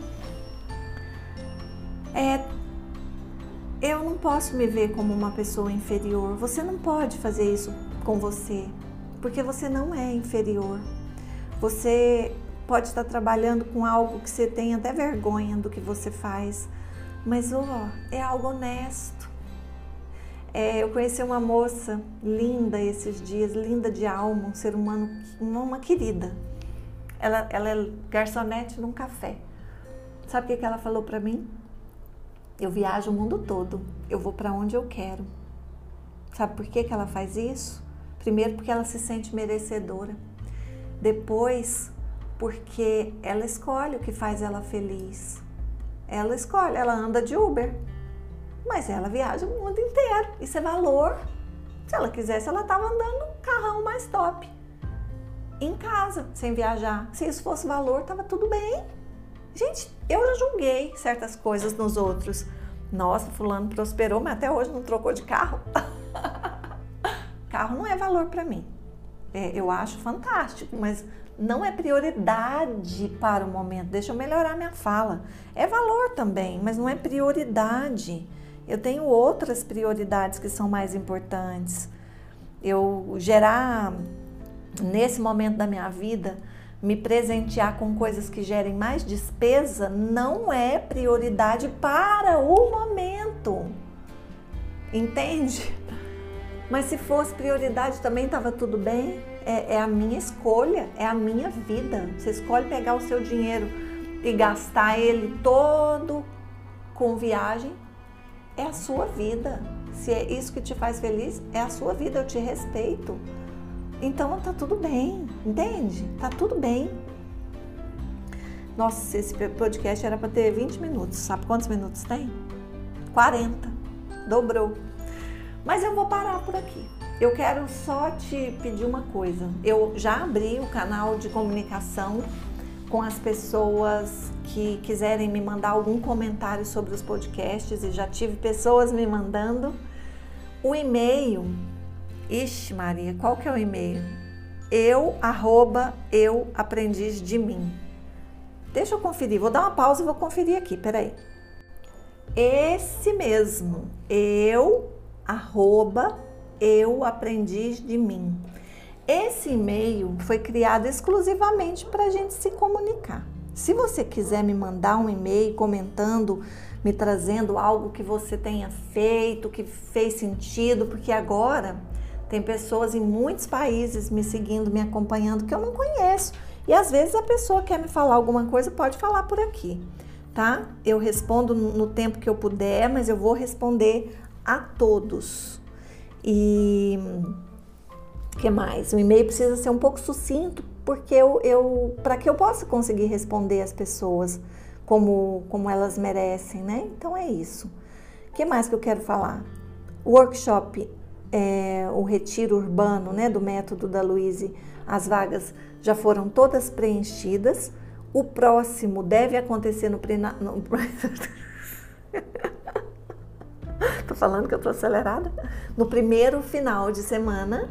é... eu não posso me ver como uma pessoa inferior. Você não pode fazer isso com você, porque você não é inferior. Você pode estar trabalhando com algo que você tem até vergonha do que você faz, mas ó, é algo honesto. É, eu conheci uma moça linda esses dias, linda de alma, um ser humano, uma querida. Ela, ela é garçonete num café. Sabe o que que ela falou pra mim? Eu viajo o mundo todo, eu vou para onde eu quero. Sabe por que que ela faz isso? Primeiro, porque ela se sente merecedora. Depois, porque ela escolhe o que faz ela feliz. Ela escolhe, ela anda de Uber, mas ela viaja o mundo inteiro. Isso é valor. Se ela quisesse, ela estava andando no carrão mais top, em casa, sem viajar. Se isso fosse valor, estava tudo bem. Gente, eu já julguei certas coisas nos outros. Nossa, fulano prosperou, mas até hoje não trocou de carro. Carro não é valor para mim. É, eu acho fantástico, mas não é prioridade para o momento. Deixa eu melhorar minha fala. É valor também, mas não é prioridade. Eu tenho outras prioridades que são mais importantes. Eu gerar, nesse momento da minha vida, me presentear com coisas que gerem mais despesa não é prioridade para o momento. Entende? Mas se fosse prioridade também estava tudo bem. É, é a minha escolha, é a minha vida. Você escolhe pegar o seu dinheiro e gastar ele todo com viagem, é a sua vida. Se é isso que te faz feliz, é a sua vida, eu te respeito. Então tá tudo bem, entende? Tá tudo bem. Nossa, esse podcast era para ter vinte minutos. Sabe quantos minutos tem? quarenta. Dobrou. Mas eu vou parar por aqui. Eu quero só te pedir uma coisa. Eu já abri o canal de comunicação com as pessoas que quiserem me mandar algum comentário sobre os podcasts, e já tive pessoas me mandando. O e-mail, ixi Maria, qual que é o e-mail? Eu, arroba, eu, aprendiz de mim. Deixa eu conferir, vou dar uma pausa e vou conferir aqui, peraí. Esse mesmo, eu, arroba, eu, aprendiz de mim. Esse e-mail foi criado exclusivamente para a gente se comunicar. Se você quiser me mandar um e-mail comentando, me trazendo algo que você tenha feito, que fez sentido, porque agora tem pessoas em muitos países me seguindo, me acompanhando, que eu não conheço. E às vezes a pessoa quer me falar alguma coisa, pode falar por aqui, tá? Eu respondo no tempo que eu puder, mas eu vou responder a todos. E o que mais? O e-mail precisa ser um pouco sucinto, porque eu, eu para que eu possa conseguir responder as pessoas como, como elas merecem, né? Então é isso. O que mais que eu quero falar? O workshop, é, o retiro urbano, né, do método da Louise, as vagas já foram todas preenchidas. O próximo deve acontecer no... Prena... no... Tô falando que eu tô acelerada. No primeiro final de semana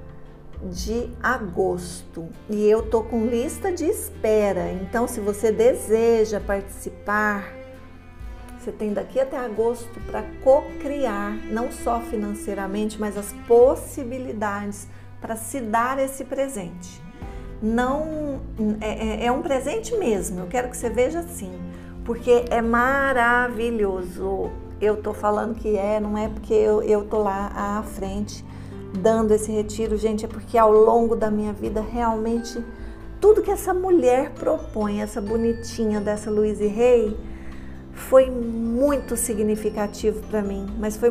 de agosto. E eu tô com lista de espera. Então, se você deseja participar, você tem daqui até agosto para co-criar, não só financeiramente, mas as possibilidades para se dar esse presente. Não é, é um presente mesmo. Eu quero que você veja assim, porque é maravilhoso. Eu tô falando que é, não é porque eu, eu tô lá à frente dando esse retiro, gente, é porque ao longo da minha vida, realmente, tudo que essa mulher propõe, essa bonitinha dessa Louise Hay, foi muito significativo para mim, mas foi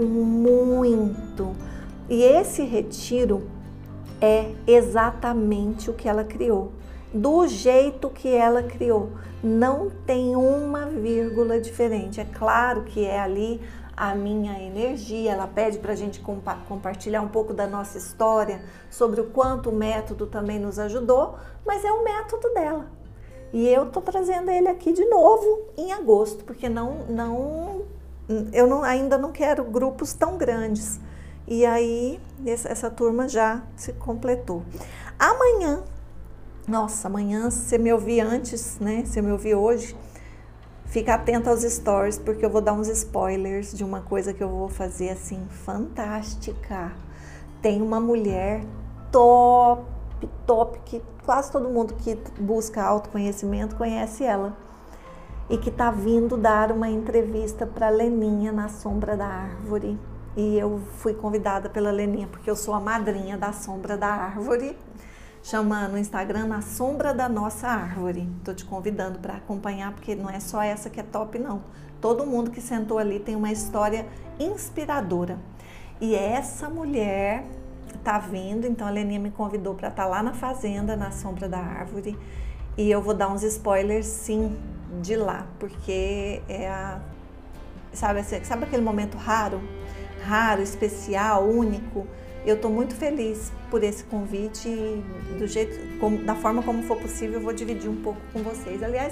muito. E esse retiro é exatamente o que ela criou, do jeito que ela criou. Não tem uma vírgula diferente. É claro que é ali a minha energia, ela pede para a gente compa- compartilhar um pouco da nossa história, sobre o quanto o método também nos ajudou, mas é o método dela. E eu tô trazendo ele aqui de novo em agosto, porque não, não, eu não, ainda não quero grupos tão grandes. E aí, essa, essa turma já se completou. Amanhã, nossa, amanhã, se você me ouvir antes, né, se você me ouvir hoje, fica atento aos stories, porque eu vou dar uns spoilers de uma coisa que eu vou fazer, assim, fantástica. Tem uma mulher top, top, que quase todo mundo que busca autoconhecimento conhece ela. E que tá vindo dar uma entrevista para Leninha na Sombra da Árvore. E eu fui convidada pela Leninha, porque eu sou a madrinha da Sombra da Árvore. Chama no Instagram Na Sombra da Nossa Árvore. Tô te convidando para acompanhar, porque não é só essa que é top, não. Todo mundo que sentou ali tem uma história inspiradora. E essa mulher tá vindo, então a Leninha me convidou para estar lá na fazenda, na Sombra da Árvore. E eu vou dar uns spoilers, sim, de lá, porque é a... Sabe, sabe aquele momento raro? Raro, especial, único? Eu estou muito feliz por esse convite e do jeito, como, da forma como for possível, eu vou dividir um pouco com vocês. Aliás,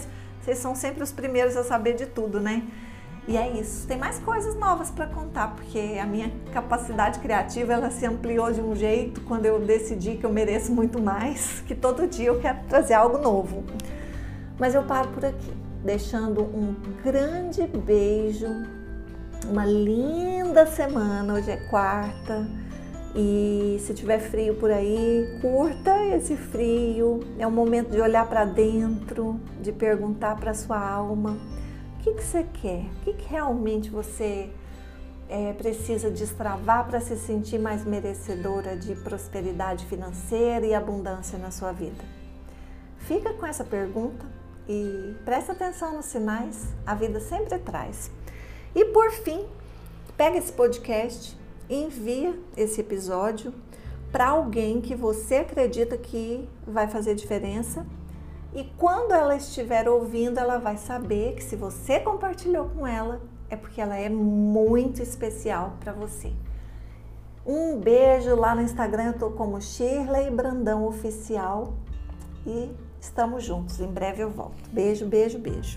Vocês são sempre os primeiros a saber de tudo, né? E é isso. Tem mais coisas novas para contar, porque a minha capacidade criativa, ela se ampliou de um jeito quando eu decidi que eu mereço muito mais, que todo dia eu quero trazer algo novo. Mas eu paro por aqui, deixando um grande beijo, uma linda semana. Hoje é quarta. E se tiver frio por aí, curta esse frio. É um momento de olhar para dentro, de perguntar para sua alma: o que, que você quer? O que, que realmente você é, precisa destravar para se sentir mais merecedora de prosperidade financeira e abundância na sua vida? Fica com essa pergunta e presta atenção nos sinais. A vida sempre traz. E por fim, pega esse podcast, envia esse episódio para alguém que você acredita que vai fazer diferença, e quando ela estiver ouvindo, ela vai saber que se você compartilhou com ela, é porque ela é muito especial para você. Um beijo. Lá no Instagram eu tô como Shirley Brandão Oficial e estamos juntos. Em breve eu volto. Beijo, beijo, beijo.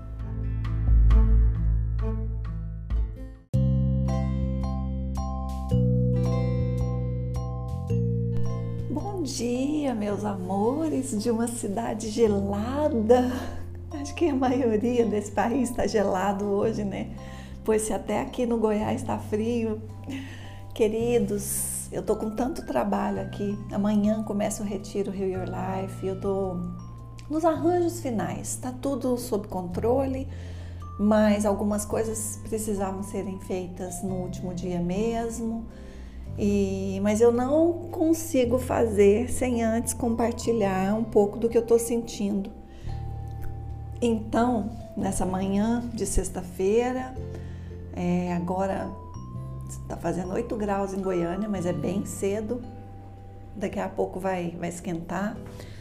Bom dia, meus amores de uma cidade gelada. Acho que a maioria desse país está gelado hoje, né? Pois se até aqui no Goiás está frio. Queridos, eu tô com tanto trabalho aqui. Amanhã começa o Retiro Heal Your Life. Eu tô nos arranjos finais. Tá tudo sob controle, mas algumas coisas precisavam serem feitas no último dia mesmo. E, mas eu não consigo fazer sem antes compartilhar um pouco do que eu estou sentindo. Então, nessa manhã de sexta-feira, é, agora está fazendo oito graus em Goiânia, mas é bem cedo, daqui a pouco vai, vai esquentar.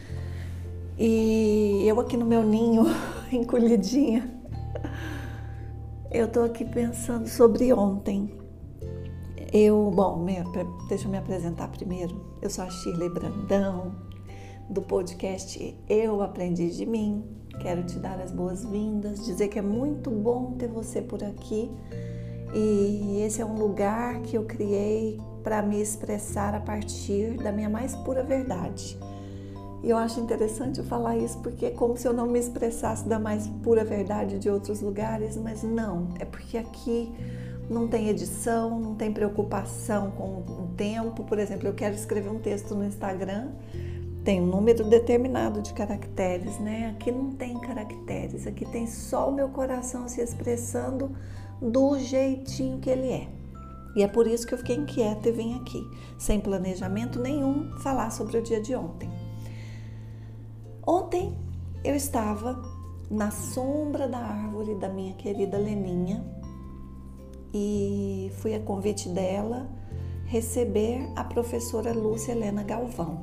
E eu aqui no meu ninho, encolhidinha, eu estou aqui pensando sobre ontem. Eu, bom, meu, deixa eu me apresentar primeiro. Eu sou a Shirley Brandão, do podcast Eu Aprendi de Mim. Quero te dar as boas-vindas, dizer que é muito bom ter você por aqui. E esse é um lugar que eu criei para me expressar a partir da minha mais pura verdade. E eu acho interessante eu falar isso porque é como se eu não me expressasse da mais pura verdade de outros lugares, mas não, é porque aqui não tem edição, não tem preocupação com o tempo. Por exemplo, eu quero escrever um texto no Instagram, tem um número determinado de caracteres, né? Aqui não tem caracteres, aqui tem só o meu coração se expressando do jeitinho que ele é. E é por isso que eu fiquei inquieta e vim aqui, sem planejamento nenhum, falar sobre o dia de ontem. Ontem eu estava na sombra da árvore da minha querida Leninha, e fui a convite dela receber a professora Lúcia Helena Galvão.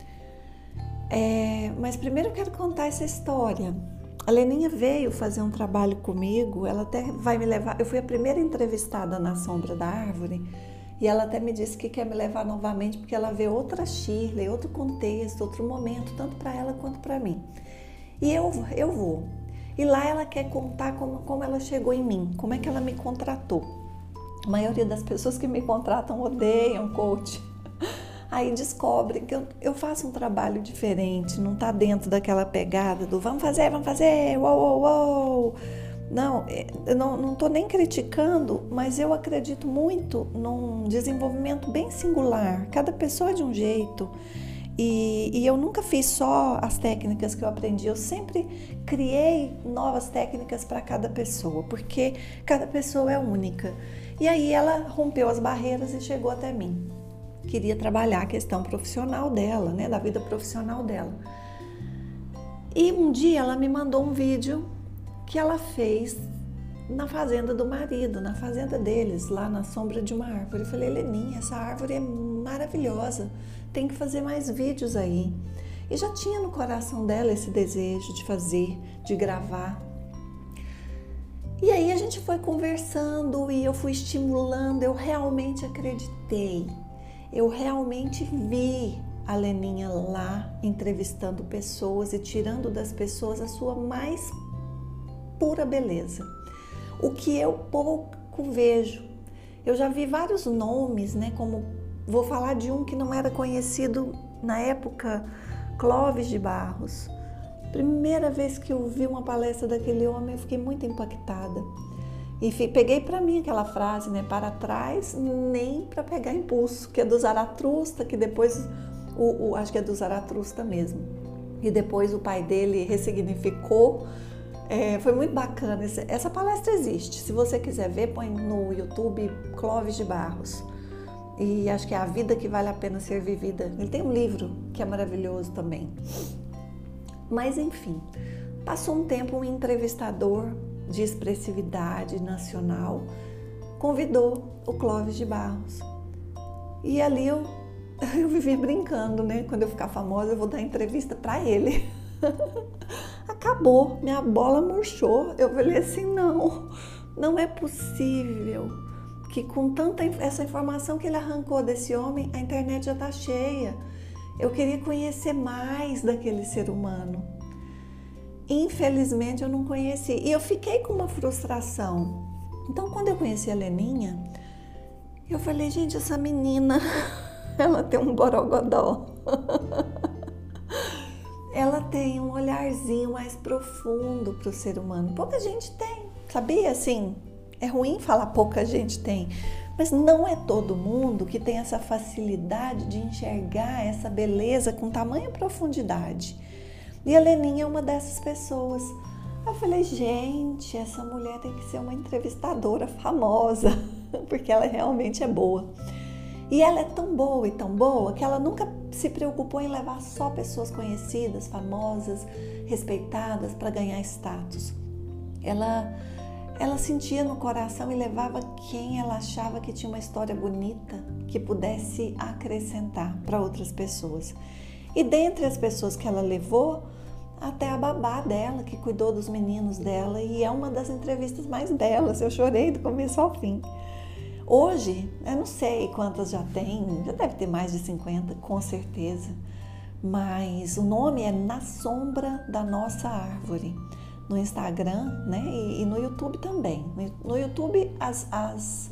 É, mas primeiro eu quero contar essa história. A Leninha veio fazer um trabalho comigo, ela até vai me levar, eu fui a primeira entrevistada na sombra da árvore, e ela até me disse que quer me levar novamente porque ela vê outra Shirley, outro contexto, outro momento, tanto para ela quanto para mim. E eu, eu vou. E lá ela quer contar como, como ela chegou em mim, como é que ela me contratou. A maioria das pessoas que me contratam odeiam coach. Aí descobrem que eu, eu faço um trabalho diferente, não está dentro daquela pegada do vamos fazer, vamos fazer, uou, uou, uou. Não, eu não estou nem criticando, mas eu acredito muito num desenvolvimento bem singular. Cada pessoa é de um jeito. E, e eu nunca fiz só as técnicas que eu aprendi, eu sempre criei novas técnicas para cada pessoa, porque cada pessoa é única. E aí ela rompeu as barreiras e chegou até mim. Queria trabalhar a questão profissional dela, né, da vida profissional dela. E um dia ela me mandou um vídeo que ela fez na fazenda do marido, na fazenda deles, lá na sombra de uma árvore. Eu falei, Leninha, essa árvore é maravilhosa, tem que fazer mais vídeos aí. E já tinha no coração dela esse desejo de fazer, de gravar. E aí a gente foi conversando e eu fui estimulando, eu realmente acreditei, eu realmente vi a Leninha lá entrevistando pessoas e tirando das pessoas a sua mais pura beleza. O que eu pouco vejo. Eu já vi vários nomes, né? Como vou falar de um que não era conhecido na época, Clóvis de Barros. Primeira vez que eu vi uma palestra daquele homem, eu fiquei muito impactada. E peguei para mim aquela frase, né? Para trás, nem para pegar impulso, que é do Zaratustra, que depois, o, o, acho que é do Zaratustra mesmo. E depois o pai dele ressignificou. É, foi muito bacana. Essa palestra existe. Se você quiser ver, põe no YouTube Clóvis de Barros. E acho que é A Vida que Vale a Pena Ser Vivida. Ele tem um livro que é maravilhoso também. Mas enfim, passou um tempo, um entrevistador de expressividade nacional convidou o Clóvis de Barros. E ali eu, eu vivi brincando, né? Quando eu ficar famosa, eu vou dar entrevista para ele. Acabou, minha bola murchou. Eu falei assim, não, não é possível que com tanta essa informação que ele arrancou desse homem, a internet já está cheia. Eu queria conhecer mais daquele ser humano. Infelizmente eu não conheci e eu fiquei com uma frustração. Então quando eu conheci a Leninha, eu falei, gente, essa menina, ela tem um borogodó. Ela tem um olharzinho mais profundo para o ser humano. Pouca gente tem, sabia? Assim, é ruim falar pouca gente tem, mas não é todo mundo que tem essa facilidade de enxergar essa beleza com tamanha profundidade. E a Leninha é uma dessas pessoas. Eu falei, gente, essa mulher tem que ser uma entrevistadora famosa, porque ela realmente é boa. E ela é tão boa e tão boa que ela nunca se preocupou em levar só pessoas conhecidas, famosas, respeitadas para ganhar status. Ela, ela sentia no coração e levava quem ela achava que tinha uma história bonita, que pudesse acrescentar para outras pessoas. E dentre as pessoas que ela levou, até a babá dela, que cuidou dos meninos dela, e é uma das entrevistas mais belas. Eu chorei do começo ao fim. Hoje, eu não sei quantas já tem, já deve ter mais de cinquenta, com certeza, mas o nome é Na Sombra da Nossa Árvore, no Instagram, né, e, e no YouTube também. No YouTube as, as,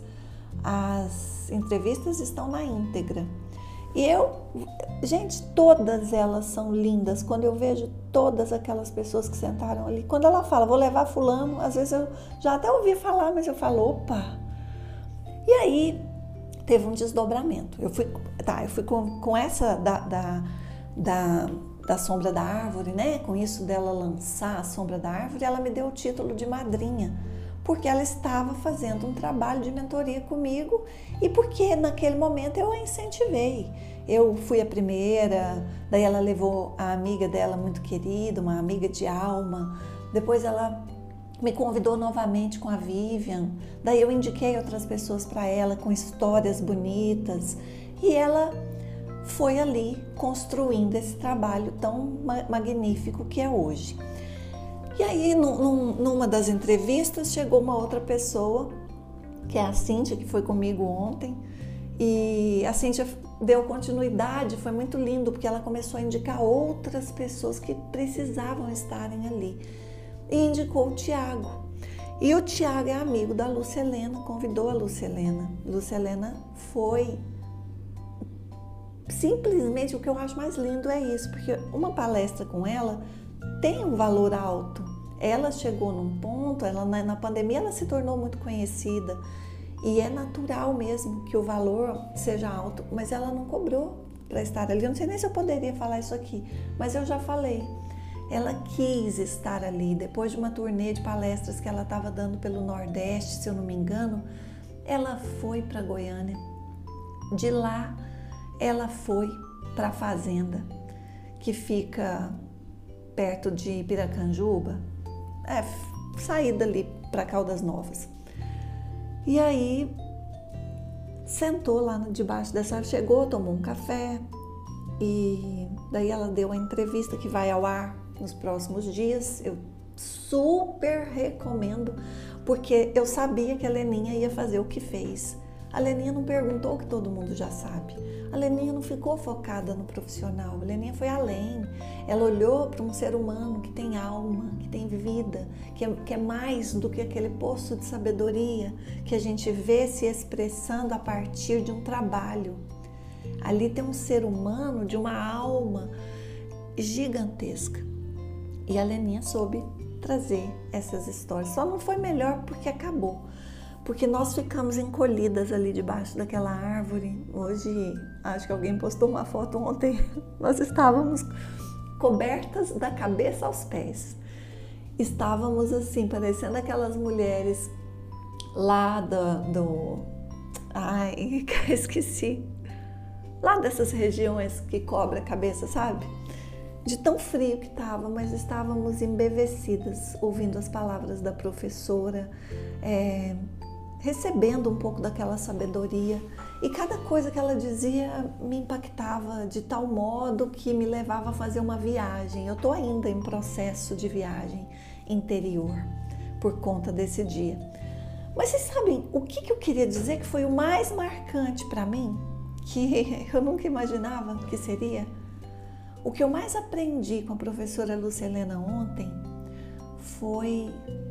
as entrevistas estão na íntegra. E eu, gente, todas elas são lindas. Quando eu vejo todas aquelas pessoas que sentaram ali, quando ela fala, vou levar fulano, às vezes eu já até ouvi falar, mas eu falo, opa! E aí teve um desdobramento. Eu fui, tá, eu fui com, com essa da, da, da, da Sombra da Árvore, né? Com isso dela lançar a Sombra da Árvore, ela me deu o título de madrinha, porque ela estava fazendo um trabalho de mentoria comigo e porque naquele momento eu a incentivei. Eu fui a primeira, daí ela levou a amiga dela muito querida, uma amiga de alma, depois ela me convidou novamente com a Vivian, daí eu indiquei outras pessoas para ela com histórias bonitas e ela foi ali construindo esse trabalho tão magnífico que é hoje. E aí, num, numa das entrevistas, chegou uma outra pessoa, que é a Cíntia, que foi comigo ontem, e a Cíntia deu continuidade, foi muito lindo, porque ela começou a indicar outras pessoas que precisavam estarem ali. E indicou o Tiago. E o Tiago é amigo da Lúcia Helena, convidou a Lúcia Helena. Lúcia Helena foi... Simplesmente, o que eu acho mais lindo é isso, porque uma palestra com ela tem um valor alto. Ela chegou num ponto, ela, na, na pandemia ela se tornou muito conhecida e é natural mesmo que o valor seja alto, mas ela não cobrou para estar ali. Eu não sei nem se eu poderia falar isso aqui, mas eu já falei. Ela quis estar ali, depois de uma turnê de palestras que ela estava dando pelo Nordeste, se eu não me engano, ela foi para Goiânia. De lá, ela foi para a fazenda, que fica perto de Piracanjuba, é, saída ali para Caldas Novas. E aí, sentou lá debaixo dessa árvore, chegou, tomou um café e daí ela deu a entrevista que vai ao ar nos próximos dias. Eu super recomendo, porque eu sabia que a Leninha ia fazer o que fez. A Leninha não perguntou o que todo mundo já sabe. A Leninha não ficou focada no profissional. A Leninha foi além. Ela olhou para um ser humano que tem alma, que tem vida, que é, que é mais do que aquele poço de sabedoria que a gente vê se expressando a partir de um trabalho. Ali tem um ser humano de uma alma gigantesca. E a Leninha soube trazer essas histórias. Só não foi melhor porque acabou. Porque nós ficamos encolhidas ali debaixo daquela árvore. Hoje, acho que alguém postou uma foto ontem, nós estávamos cobertas da cabeça aos pés. Estávamos assim, parecendo aquelas mulheres lá do... do ai, esqueci. Lá dessas regiões que cobre a cabeça, sabe? De tão frio que estava, mas estávamos embevecidas, ouvindo as palavras da professora, é, recebendo um pouco daquela sabedoria. E cada coisa que ela dizia me impactava de tal modo que me levava a fazer uma viagem. Eu estou ainda em processo de viagem interior por conta desse dia. Mas vocês sabem o que, que eu queria dizer que foi o mais marcante para mim? Que eu nunca imaginava que seria? O que eu mais aprendi com a professora Lúcia Helena ontem foi...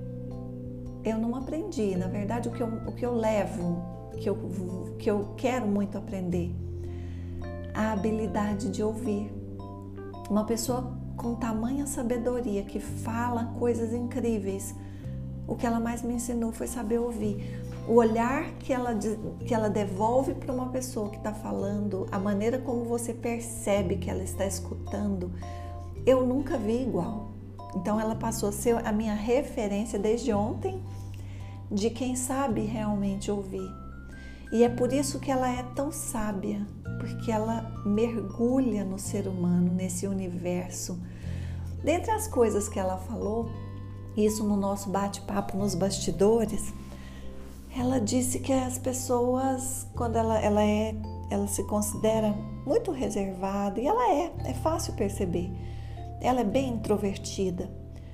Eu não aprendi, na verdade, o que eu, o que eu levo, que eu, que eu quero muito aprender, a habilidade de ouvir. Uma pessoa com tamanha sabedoria, que fala coisas incríveis, o que ela mais me ensinou foi saber ouvir. O olhar que ela, que ela devolve para uma pessoa que está falando, a maneira como você percebe que ela está escutando, eu nunca vi igual. Então ela passou a ser a minha referência desde ontem de quem sabe realmente ouvir. E é por isso que ela é tão sábia, porque ela mergulha no ser humano, nesse universo. Dentre as coisas que ela falou, isso no nosso bate-papo nos bastidores, ela disse que as pessoas, quando ela, ela, é, ela se considera muito reservada, e ela é, é fácil perceber, ela é bem introvertida,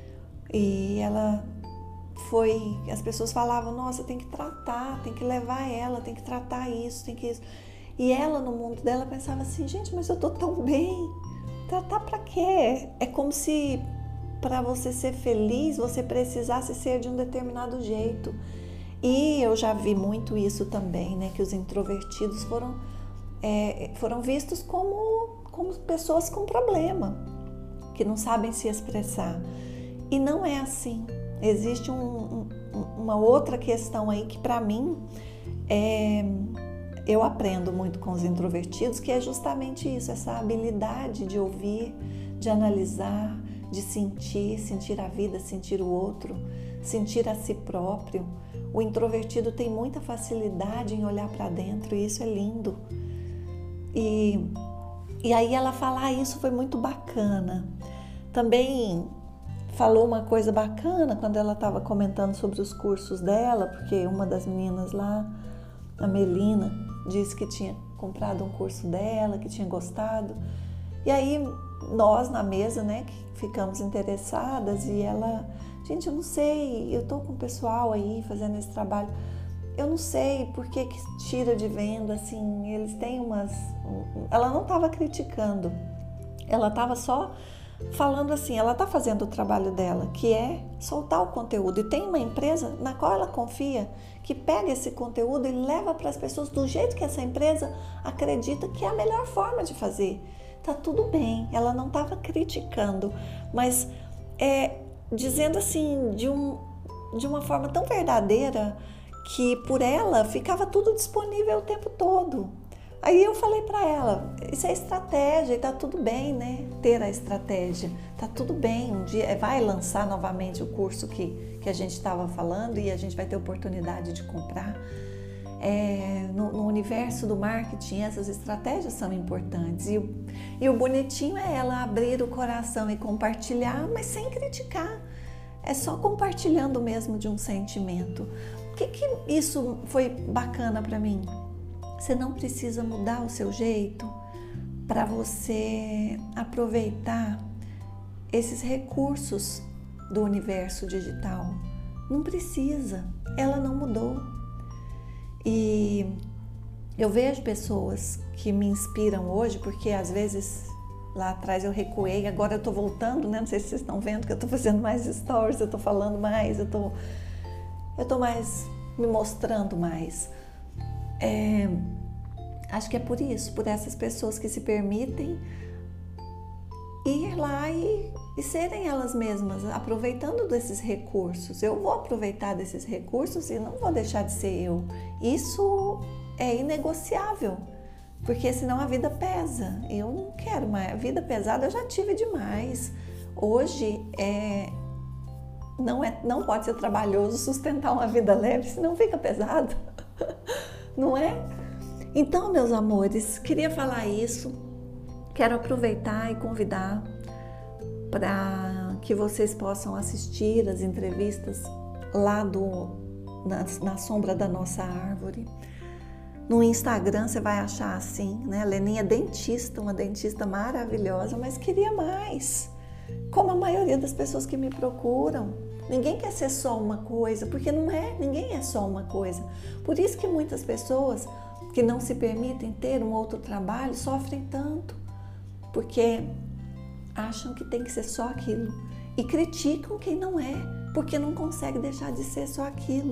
e ela foi, as pessoas falavam, nossa, tem que tratar, tem que levar ela, tem que tratar isso, tem que isso, e ela no mundo dela pensava assim, gente, mas eu tô tão bem, tratar pra quê? É como se para você ser feliz, você precisasse ser de um determinado jeito. E eu já vi muito isso também, né? Que os introvertidos foram, é, foram vistos como, como pessoas com problema, que não sabem se expressar. E não é assim. Existe um, um, uma outra questão aí que para mim, é, eu aprendo muito com os introvertidos, que é justamente isso, essa habilidade de ouvir, de analisar, de sentir, sentir a vida, sentir o outro, sentir a si próprio. O introvertido tem muita facilidade em olhar para dentro e isso é lindo. E, e aí ela falar isso foi muito bacana. Também falou uma coisa bacana quando ela estava comentando sobre os cursos dela, porque uma das meninas lá, a Melina, disse que tinha comprado um curso dela, que tinha gostado. E aí nós na mesa, né, que ficamos interessadas e ela... Gente, eu não sei, eu tô com o pessoal aí fazendo esse trabalho, eu não sei por que que tira de venda, assim, eles têm umas... Ela não estava criticando, ela estava só falando assim, ela está fazendo o trabalho dela, que é soltar o conteúdo. E tem uma empresa na qual ela confia, que pega esse conteúdo e leva para as pessoas do jeito que essa empresa acredita que é a melhor forma de fazer. Tá tudo bem, ela não estava criticando, mas é... dizendo assim, de, um, de uma forma tão verdadeira que por ela ficava tudo disponível o tempo todo. Aí eu falei para ela, isso é estratégia e tá tudo bem, né? Ter a estratégia, tá tudo bem. Um dia vai lançar novamente o curso que, que a gente estava falando e a gente vai ter oportunidade de comprar. É, no, no universo do marketing, essas estratégias são importantes. E o, e o bonitinho é ela abrir o coração e compartilhar, mas sem criticar. É só compartilhando mesmo de um sentimento. O que que isso foi bacana para mim? Você não precisa mudar o seu jeito para você aproveitar esses recursos do universo digital. Não precisa, ela não mudou. E Eu vejo pessoas que me inspiram hoje, porque às vezes lá atrás eu recuei, agora eu tô voltando, né? Não sei se vocês estão vendo que eu tô fazendo mais stories, eu tô falando mais, eu tô, eu tô mais me mostrando mais. É, acho que é por isso, por essas pessoas que se permitem ir lá e, e serem elas mesmas, aproveitando desses recursos. Eu vou aproveitar desses recursos e não vou deixar de ser eu. Isso é inegociável, porque senão a vida pesa. Eu não quero mais. A vida pesada eu já tive demais. Hoje é, não, é, não pode ser trabalhoso sustentar uma vida leve, senão fica pesado. Não é? Então, meus amores, queria falar isso. Quero aproveitar e convidar para que vocês possam assistir as entrevistas lá do, na, na sombra da nossa árvore. No Instagram você vai achar assim, né? Leninha dentista, uma dentista maravilhosa, mas queria mais. Como a maioria das pessoas que me procuram. Ninguém quer ser só uma coisa, porque não é, ninguém é só uma coisa. Por isso que muitas pessoas que não se permitem ter um outro trabalho sofrem tanto, porque acham que tem que ser só aquilo e criticam quem não é, porque não consegue deixar de ser só aquilo.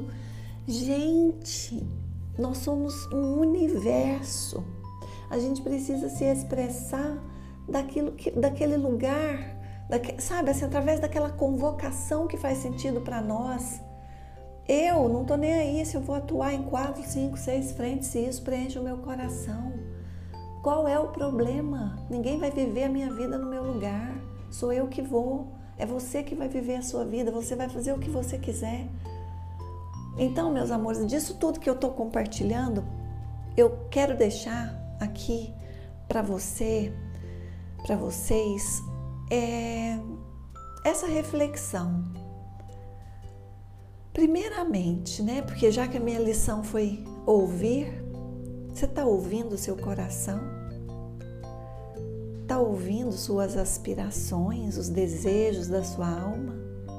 Gente, nós somos um universo. A gente precisa se expressar daquilo que, daquele lugar, daque, sabe, assim, através daquela convocação que faz sentido para nós. Eu não tô nem aí se eu vou atuar em quatro, cinco, seis frentes, se isso preenche o meu coração. Qual é o problema? Ninguém vai viver a minha vida no meu lugar. Sou eu que vou. É você que vai viver a sua vida. Você vai fazer o que você quiser. Então, meus amores, disso tudo que eu estou compartilhando, eu quero deixar aqui para você, para vocês, é, essa reflexão. Primeiramente, né? Porque já que a minha lição foi ouvir, você está ouvindo o seu coração? Está ouvindo suas aspirações, os desejos da sua alma?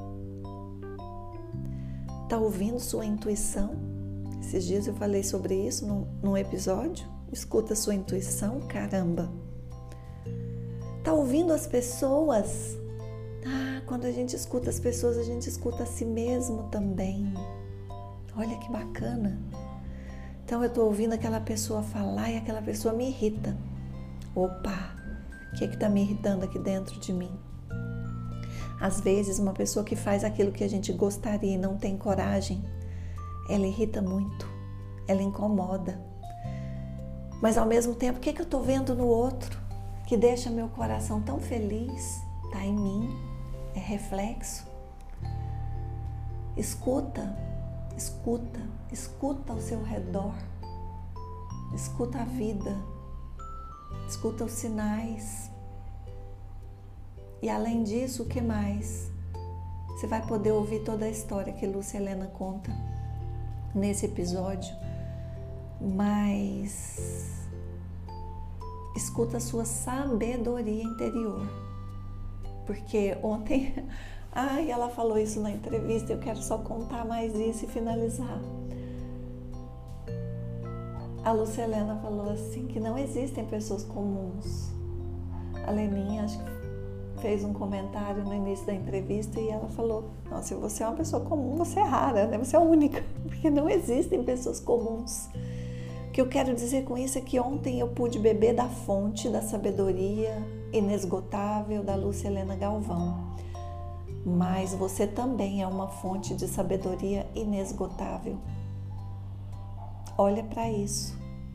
Está ouvindo sua intuição? Esses dias eu falei sobre isso num, num episódio. Escuta sua intuição, caramba. Está ouvindo as pessoas? Ah, quando a gente escuta as pessoas, a gente escuta a si mesmo também. Olha que bacana. Então eu estou ouvindo aquela pessoa falar e aquela pessoa me irrita. Opa, o que é que está me irritando aqui dentro de mim? Às vezes uma pessoa que faz aquilo que a gente gostaria e não tem coragem, ela irrita muito, ela incomoda. Mas ao mesmo tempo, o que é que eu estou vendo no outro que deixa meu coração tão feliz? Está em mim, é reflexo. Escuta, escuta, escuta ao seu redor, escuta a vida, escuta os sinais. E além disso, o que mais? Você vai poder ouvir toda a história que Lúcia Helena conta nesse episódio, mas escuta a sua sabedoria interior. Porque ontem, ai, ela falou isso na entrevista, eu quero só contar mais isso e finalizar. A Lúcia Helena falou assim, que não existem pessoas comuns. A Leninha, acho que fez um comentário no início da entrevista e ela falou, nossa, se você é uma pessoa comum, você é rara, né? Você é única, porque não existem pessoas comuns. O que eu quero dizer com isso é que ontem eu pude beber da fonte da sabedoria inesgotável da Lúcia Helena Galvão. Mas você também é uma fonte de sabedoria inesgotável. Olha para isso.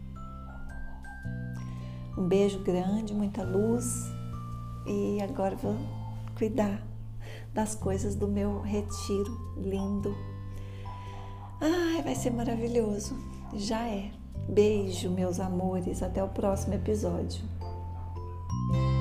Um beijo grande, muita luz. E agora vou cuidar das coisas do meu retiro lindo. Ai, vai ser maravilhoso. Já é. Beijo, meus amores. Até o próximo episódio.